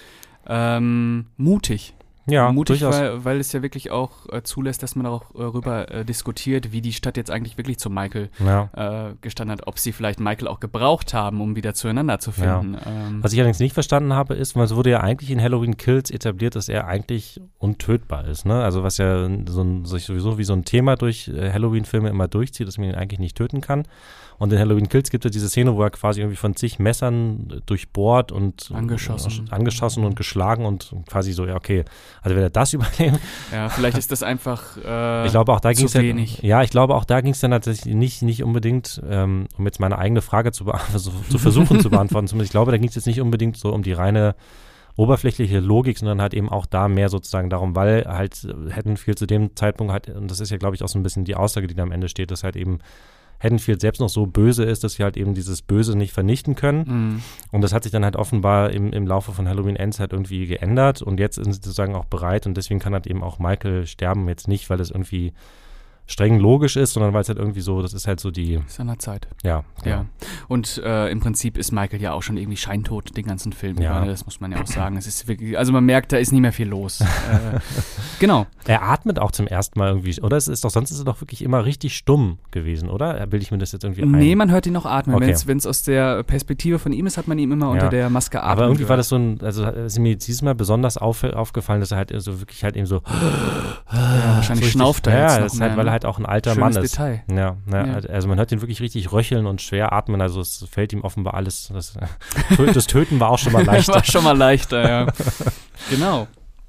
[SPEAKER 1] mutig. Ja, mutig, weil es ja wirklich auch zulässt, dass man auch rüber diskutiert, wie die Stadt jetzt eigentlich wirklich zu Michael gestanden hat, ob sie vielleicht Michael auch gebraucht haben, um wieder zueinander zu finden.
[SPEAKER 2] Ja. Was ich allerdings nicht verstanden habe, ist, weil es wurde ja eigentlich in Halloween Kills etabliert, dass er eigentlich untötbar ist, ne? Also was ja sich sowieso wie so ein Thema durch Halloween-Filme immer durchzieht, dass man ihn eigentlich nicht töten kann. Und in Halloween Kills gibt es diese Szene, wo er quasi irgendwie von zig Messern durchbohrt und angeschossen und geschlagen und quasi so, ja, okay, also wenn er das überlebt.
[SPEAKER 1] Ja, vielleicht ist das einfach
[SPEAKER 2] ich glaube, auch da
[SPEAKER 1] zu wenig.
[SPEAKER 2] Ich glaube, auch da ging es dann tatsächlich nicht unbedingt, um jetzt meine eigene Frage zu versuchen zu beantworten. Zumindest, ich glaube, da ging es jetzt nicht unbedingt so um die reine oberflächliche Logik, sondern halt eben auch da mehr sozusagen darum, weil halt Haddonfield zu dem Zeitpunkt halt, und das ist ja, glaube ich, auch so ein bisschen die Aussage, die da am Ende steht, dass halt eben Haddonfield selbst noch so böse ist, dass sie halt eben dieses Böse nicht vernichten können. Und das hat sich dann halt offenbar im Laufe von Halloween Ends halt irgendwie geändert und jetzt sind sie sozusagen auch bereit und deswegen kann halt eben auch Michael sterben, jetzt nicht, weil das irgendwie streng logisch ist, sondern weil es halt irgendwie so, das ist halt so die...
[SPEAKER 1] seiner Zeit.
[SPEAKER 2] Ja.
[SPEAKER 1] Ja. Und im Prinzip ist Michael ja auch schon irgendwie scheintot, den ganzen Film.
[SPEAKER 2] Ja.
[SPEAKER 1] Das muss man ja auch sagen. Es ist wirklich, also man merkt, da ist nicht mehr viel los. Genau.
[SPEAKER 2] Er atmet auch zum ersten Mal irgendwie, oder? Sonst ist er doch wirklich immer richtig stumm gewesen, oder? Bilde ich mir das jetzt irgendwie ein?
[SPEAKER 1] Nee, man hört ihn noch atmen.
[SPEAKER 2] Okay.
[SPEAKER 1] Wenn es aus der Perspektive von ihm ist, hat man ihn immer unter der Maske atmen.
[SPEAKER 2] Aber irgendwie war das so also ist mir dieses Mal besonders aufgefallen, dass er halt so wirklich halt eben so
[SPEAKER 1] wahrscheinlich so schnauft er jetzt noch
[SPEAKER 2] das ist halt, weil er halt auch ein alter Mann ist.
[SPEAKER 1] Detail.
[SPEAKER 2] Ja, also man hört ihn wirklich richtig röcheln und schwer atmen, also es fällt ihm offenbar alles, das Töten war auch schon mal leichter.
[SPEAKER 1] War schon mal leichter, ja. Genau.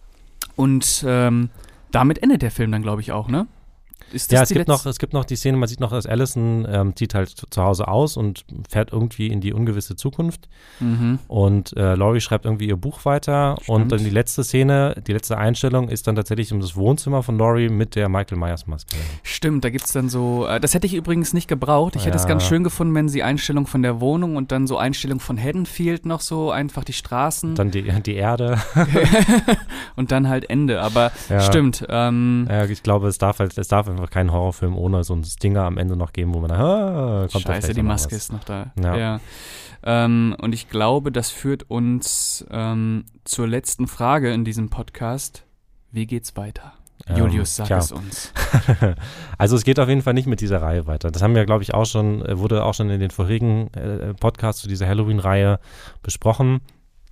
[SPEAKER 1] Und damit endet der Film dann, glaube ich, auch, ne? Ist das
[SPEAKER 2] es gibt noch die Szene, man sieht noch, dass Allison zieht halt zu Hause aus und fährt irgendwie in die ungewisse Zukunft. Und Laurie schreibt irgendwie ihr Buch weiter. Stimmt. Und dann die letzte Szene, die letzte Einstellung ist dann tatsächlich um das Wohnzimmer von Laurie mit der Michael Myers Maske.
[SPEAKER 1] Stimmt, da gibt es dann so, das hätte ich übrigens nicht gebraucht. Ich hätte es ganz schön gefunden, wenn sie Einstellung von der Wohnung und dann so Einstellung von Haddonfield noch so, einfach die Straßen.
[SPEAKER 2] Dann die Erde.
[SPEAKER 1] Und dann halt Ende, aber stimmt.
[SPEAKER 2] Ich glaube, es darf einfach keinen Horrorfilm ohne so einen Stinger am Ende noch geben, wo man kommt
[SPEAKER 1] Scheiße, die Maske ist noch da.
[SPEAKER 2] Ja.
[SPEAKER 1] Und ich glaube, das führt uns zur letzten Frage in diesem Podcast. Wie geht's weiter? Julius, sag es uns.
[SPEAKER 2] Also es geht auf jeden Fall nicht mit dieser Reihe weiter. Das haben wir, glaube ich, wurde auch schon in den vorherigen Podcasts zu dieser Halloween-Reihe besprochen.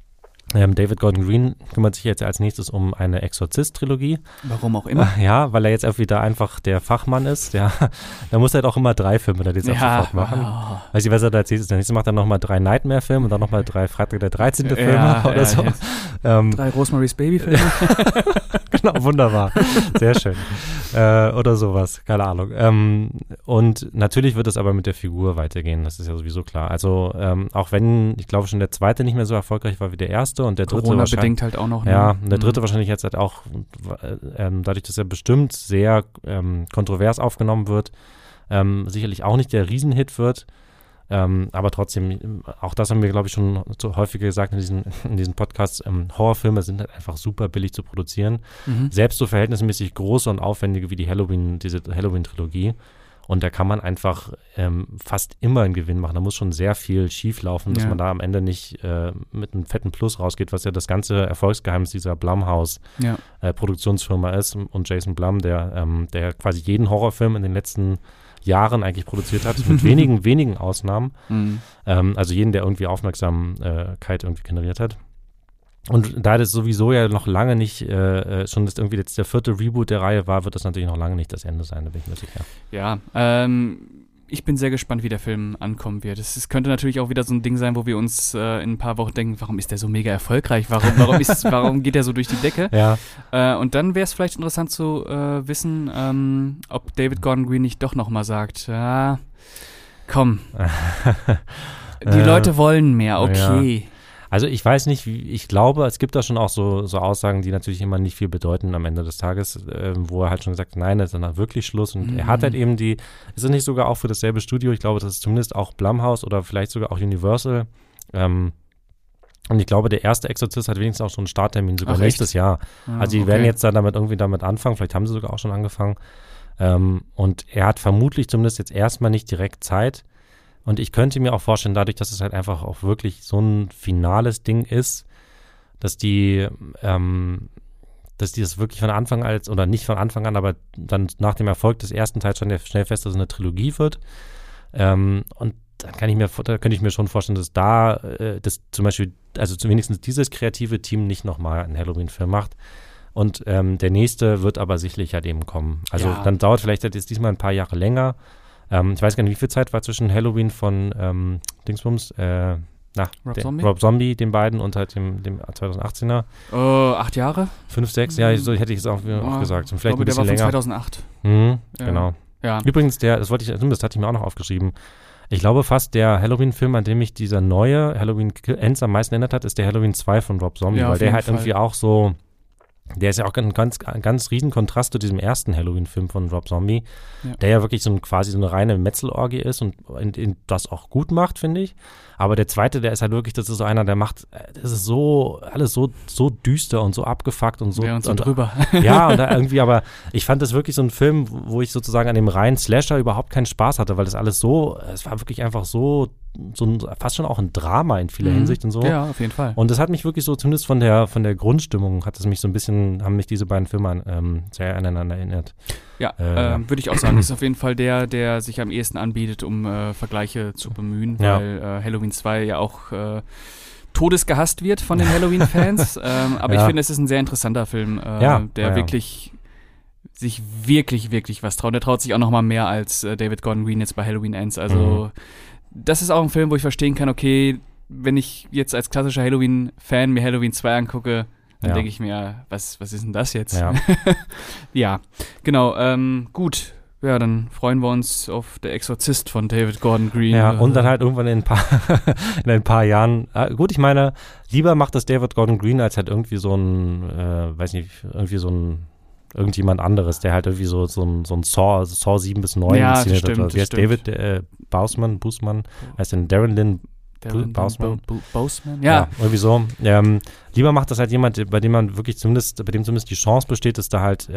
[SPEAKER 2] David Gordon Green kümmert sich jetzt als nächstes um eine Exorzist-Trilogie.
[SPEAKER 1] Warum auch immer.
[SPEAKER 2] Ja, weil er jetzt irgendwie da einfach der Fachmann ist. Ja, da muss er halt auch immer 3 Filme dann jetzt auch sofort machen.
[SPEAKER 1] Oh.
[SPEAKER 2] Weiß ich, was er da erzählt. Der nächste macht dann nochmal 3 Nightmare-Filme und dann nochmal 3 Freitag der 13. Filme oder so.
[SPEAKER 1] 3 Rosemary's Baby-Filme.
[SPEAKER 2] Genau, wunderbar. Sehr schön. Oder sowas, keine Ahnung. Und natürlich wird es aber mit der Figur weitergehen, das ist ja sowieso klar. Also auch wenn, ich glaube schon der zweite nicht mehr so erfolgreich war wie der erste und der dritte
[SPEAKER 1] Corona-bedingt halt auch noch. Ne?
[SPEAKER 2] Ja, und der dritte wahrscheinlich jetzt halt auch, dadurch, dass er bestimmt sehr kontrovers aufgenommen wird, sicherlich auch nicht der Riesenhit wird. Aber trotzdem, auch das haben wir, glaube ich, schon so häufiger gesagt in diesen Podcasts, Horrorfilme sind halt einfach super billig zu produzieren. Selbst so verhältnismäßig große und aufwendige wie diese Halloween-Trilogie. Und da kann man einfach fast immer einen Gewinn machen. Da muss schon sehr viel schief laufen, dass man da am Ende nicht mit einem fetten Plus rausgeht, was ja das ganze Erfolgsgeheimnis dieser Blumhouse-Produktionsfirma ist. Und Jason Blum, der quasi jeden Horrorfilm in den letzten Jahren eigentlich produziert hat, mit wenigen Ausnahmen. Also jeden, der irgendwie Aufmerksamkeit irgendwie generiert hat. Und da das sowieso ja noch lange nicht schon das irgendwie jetzt der 4. Reboot der Reihe war, wird das natürlich noch lange nicht das Ende sein, da bin ich mir sicher.
[SPEAKER 1] Ja, ich bin sehr gespannt, wie der Film ankommen wird. Es könnte natürlich auch wieder so ein Ding sein, wo wir uns in ein paar Wochen denken, warum ist der so mega erfolgreich? Warum geht der so durch die Decke?
[SPEAKER 2] Ja.
[SPEAKER 1] Und dann wäre es vielleicht interessant zu wissen, ob David Gordon Green nicht doch nochmal sagt, ja, komm, die Leute wollen mehr, okay.
[SPEAKER 2] Ja. Also ich weiß nicht, ich glaube, es gibt da schon auch so Aussagen, die natürlich immer nicht viel bedeuten am Ende des Tages, wo er halt schon gesagt hat, nein, das ist dann wirklich Schluss. Und er hat halt eben ist es nicht sogar auch für dasselbe Studio, ich glaube, das ist zumindest auch Blumhouse oder vielleicht sogar auch Universal. Und ich glaube, der erste Exorzist hat wenigstens auch schon einen Starttermin, sogar nächstes Jahr. Also die werden jetzt dann damit anfangen, vielleicht haben sie sogar auch schon angefangen. Und er hat vermutlich zumindest jetzt erstmal nicht direkt Zeit. Und ich könnte mir auch vorstellen, dadurch, dass es halt einfach auch wirklich so ein finales Ding ist, dass die das wirklich von Anfang an, oder nicht von Anfang an, aber dann nach dem Erfolg des ersten Teils schon schnell fest, dass es eine Trilogie wird. Und dann könnte ich mir schon vorstellen, dass das zum Beispiel, also zumindest dieses kreative Team nicht nochmal einen Halloween-Film macht. Und der nächste wird aber sicherlich halt eben kommen. Also dann dauert vielleicht jetzt diesmal ein paar Jahre länger. Ich weiß gar nicht, wie viel Zeit war zwischen Halloween von Dingsbums, Rob Zombie, den beiden, und halt dem 2018er.
[SPEAKER 1] 8 Jahre?
[SPEAKER 2] 5, 6, ja, so hätte ich es auch gesagt. Und vielleicht
[SPEAKER 1] ein bisschen länger. Der war von 2008.
[SPEAKER 2] Genau.
[SPEAKER 1] Ja.
[SPEAKER 2] Übrigens, das hatte ich mir auch noch aufgeschrieben. Ich glaube fast, der Halloween-Film, an dem mich dieser neue Halloween Ends am meisten erinnert hat, ist der Halloween 2 von Rob Zombie, weil der halt irgendwie auch so, der ist ja auch ein ganz riesen Kontrast zu diesem ersten Halloween-Film von Rob Zombie, der ja wirklich quasi so eine reine Metzelorgie ist und das auch gut macht, finde ich. Aber der zweite, der ist halt wirklich, das ist so einer, der macht, das ist so, alles so düster und so abgefuckt und so.
[SPEAKER 1] Ja, und so drüber.
[SPEAKER 2] Ja, und da irgendwie, aber ich fand das wirklich so ein Film, wo ich sozusagen an dem reinen Slasher überhaupt keinen Spaß hatte, weil das alles es war wirklich einfach so fast schon auch ein Drama in vieler Hinsicht und so.
[SPEAKER 1] Ja, auf jeden Fall.
[SPEAKER 2] Und das hat mich wirklich so, zumindest von der Grundstimmung, haben mich diese beiden Filme sehr aneinander erinnert.
[SPEAKER 1] Ja, würde ich auch sagen. Das ist auf jeden Fall der sich am ehesten anbietet, um Vergleiche zu bemühen, weil Halloween 2 ja auch todesgehasst wird von den Halloween-Fans. Aber ich finde, es ist ein sehr interessanter Film, der wirklich sich wirklich, wirklich was traut. Der traut sich auch noch mal mehr als David Gordon Green jetzt bei Halloween Ends. Also das ist auch ein Film, wo ich verstehen kann, okay, wenn ich jetzt als klassischer Halloween-Fan mir Halloween 2 angucke, dann denke ich mir, was ist denn das jetzt? Ja, ja, genau. Gut, ja, dann freuen wir uns auf Der Exorzist von David Gordon Green.
[SPEAKER 2] Ja, und dann halt irgendwann in ein paar Jahren. Gut, ich meine, lieber macht das David Gordon Green als halt irgendwie so irgendjemand anderes, der halt irgendwie so ein Saw 7 bis 9 inszeniert hat. Wie heißt David Bousman, heißt denn Darren Lynn Bousman? Ja, irgendwie so. Lieber macht das halt jemand, bei dem zumindest die Chance besteht, dass da halt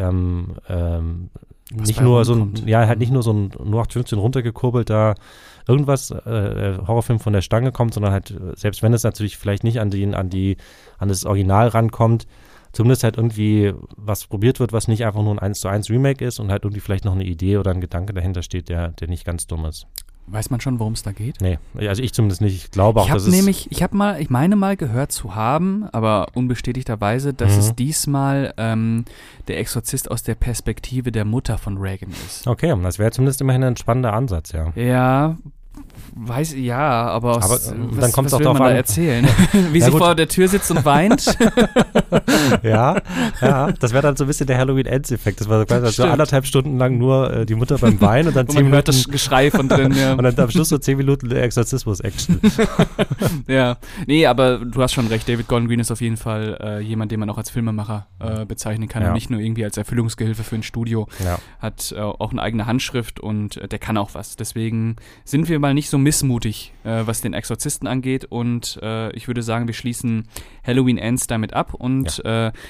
[SPEAKER 2] nicht nur so ein 0815 runtergekurbelter irgendwas Horrorfilm von der Stange kommt, sondern halt, selbst wenn es natürlich vielleicht nicht an das Original rankommt, zumindest halt irgendwie was probiert wird, was nicht einfach nur ein 1:1 Remake ist und halt irgendwie vielleicht noch eine Idee oder ein Gedanke dahinter steht, der nicht ganz dumm ist.
[SPEAKER 1] Weiß man schon, worum es da geht?
[SPEAKER 2] Nee, also ich zumindest nicht. Ich glaube auch, dass es...
[SPEAKER 1] Ich meine mal gehört zu haben, aber unbestätigterweise, dass es diesmal der Exorzist aus der Perspektive der Mutter von Regan ist.
[SPEAKER 2] Okay, das wäre zumindest immerhin ein spannender Ansatz, ja.
[SPEAKER 1] Ja, aber
[SPEAKER 2] dann kommt es
[SPEAKER 1] was
[SPEAKER 2] auch
[SPEAKER 1] will
[SPEAKER 2] darauf
[SPEAKER 1] man da
[SPEAKER 2] an.
[SPEAKER 1] erzählen? Wie sie vor der Tür sitzt und weint?
[SPEAKER 2] Ja, das wäre dann so ein bisschen der Halloween-Ends-Effekt. Das war quasi so 1,5 Stunden lang nur die Mutter beim Weinen und dann 10 Minuten...
[SPEAKER 1] hört das Geschrei von drin, ja.
[SPEAKER 2] Und dann am Schluss so 10 Minuten Exorzismus-Action.
[SPEAKER 1] Ja, nee, aber du hast schon recht. David Gordon Green ist auf jeden Fall jemand, den man auch als Filmemacher bezeichnen kann und nicht nur irgendwie als Erfüllungsgehilfe für ein Studio. Ja. Hat auch eine eigene Handschrift und der kann auch was. Deswegen sind wir mal nicht so missmutig, was den Exorzisten angeht und ich würde sagen, wir schließen Halloween Ends damit ab und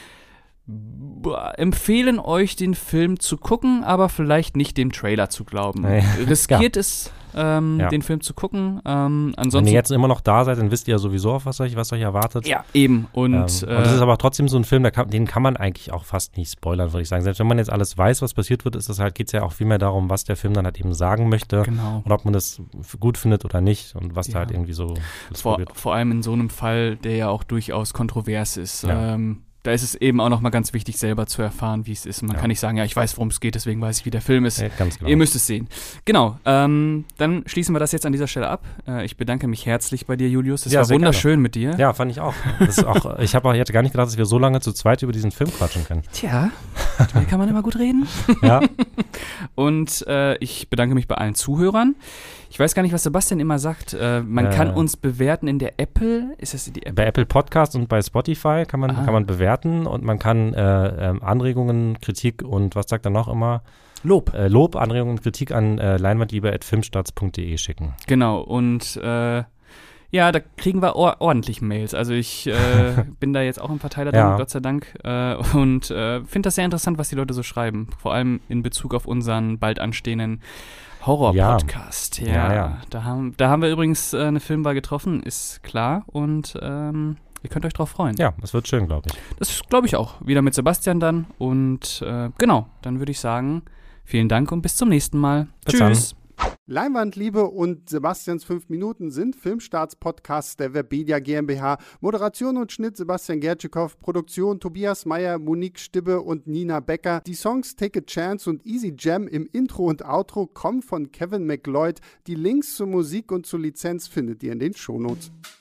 [SPEAKER 1] empfehlen euch, den Film zu gucken, aber vielleicht nicht dem Trailer zu glauben. Riskiert es, den Film zu gucken. Ansonsten,
[SPEAKER 2] wenn ihr jetzt immer noch da seid, dann wisst ihr ja sowieso, was euch erwartet.
[SPEAKER 1] Ja, eben. Und
[SPEAKER 2] das ist aber trotzdem so ein Film, den kann man eigentlich auch fast nicht spoilern, würde ich sagen. Selbst wenn man jetzt alles weiß, was passiert wird, geht es ja auch viel mehr darum, was der Film dann halt eben sagen möchte.
[SPEAKER 1] Genau.
[SPEAKER 2] Und ob man das gut findet oder nicht und was da halt irgendwie so
[SPEAKER 1] vor allem in so einem Fall, der ja auch durchaus kontrovers ist.
[SPEAKER 2] Ja.
[SPEAKER 1] Da ist es eben auch nochmal ganz wichtig, selber zu erfahren, wie es ist. Man kann nicht sagen, ja, ich weiß, worum es geht, deswegen weiß ich, wie der Film ist.
[SPEAKER 2] Ja, ganz genau.
[SPEAKER 1] Ihr müsst es sehen. Genau, dann schließen wir das jetzt an dieser Stelle ab. Ich bedanke mich herzlich bei dir, Julius. Das war wunderschön mit dir.
[SPEAKER 2] Ja, fand ich auch. Ich hätte gar nicht gedacht, dass wir so lange zu zweit über diesen Film quatschen können.
[SPEAKER 1] Tja, mit mir kann man immer gut reden.
[SPEAKER 2] Ja.
[SPEAKER 1] Und ich bedanke mich bei allen Zuhörern. Ich weiß gar nicht, was Sebastian immer sagt. Man kann uns bewerten in der Apple. Ist das die Apple?
[SPEAKER 2] Bei Apple Podcast und bei Spotify kann man bewerten und man kann Anregungen, Kritik und was sagt er noch immer? Lob, Anregungen und Kritik an leinwandliebe@filmstarts.de schicken.
[SPEAKER 1] Genau, und da kriegen wir ordentlich Mails. Also ich bin da jetzt auch im Verteiler drin, Gott sei Dank. Und finde das sehr interessant, was die Leute so schreiben. Vor allem in Bezug auf unseren bald anstehenden Horror-Podcast. Ja. Da haben wir übrigens eine Filmwahl getroffen, ist klar. Und ihr könnt euch drauf freuen.
[SPEAKER 2] Ja, das wird schön, glaube ich.
[SPEAKER 1] Das glaube ich auch. Wieder mit Sebastian dann. Und genau, dann würde ich sagen, vielen Dank und bis zum nächsten Mal.
[SPEAKER 2] Bis
[SPEAKER 1] Tschüss.
[SPEAKER 2] Dann.
[SPEAKER 3] Leinwandliebe und Sebastians 5 Minuten sind Filmstarts-Podcasts der Webedia GmbH. Moderation und Schnitt Sebastian Gertschikow, Produktion Tobias Meyer, Monique Stibbe und Nina Becker. Die Songs Take a Chance und Easy Jam im Intro und Outro kommen von Kevin MacLeod. Die Links zur Musik und zur Lizenz findet ihr in den Shownotes.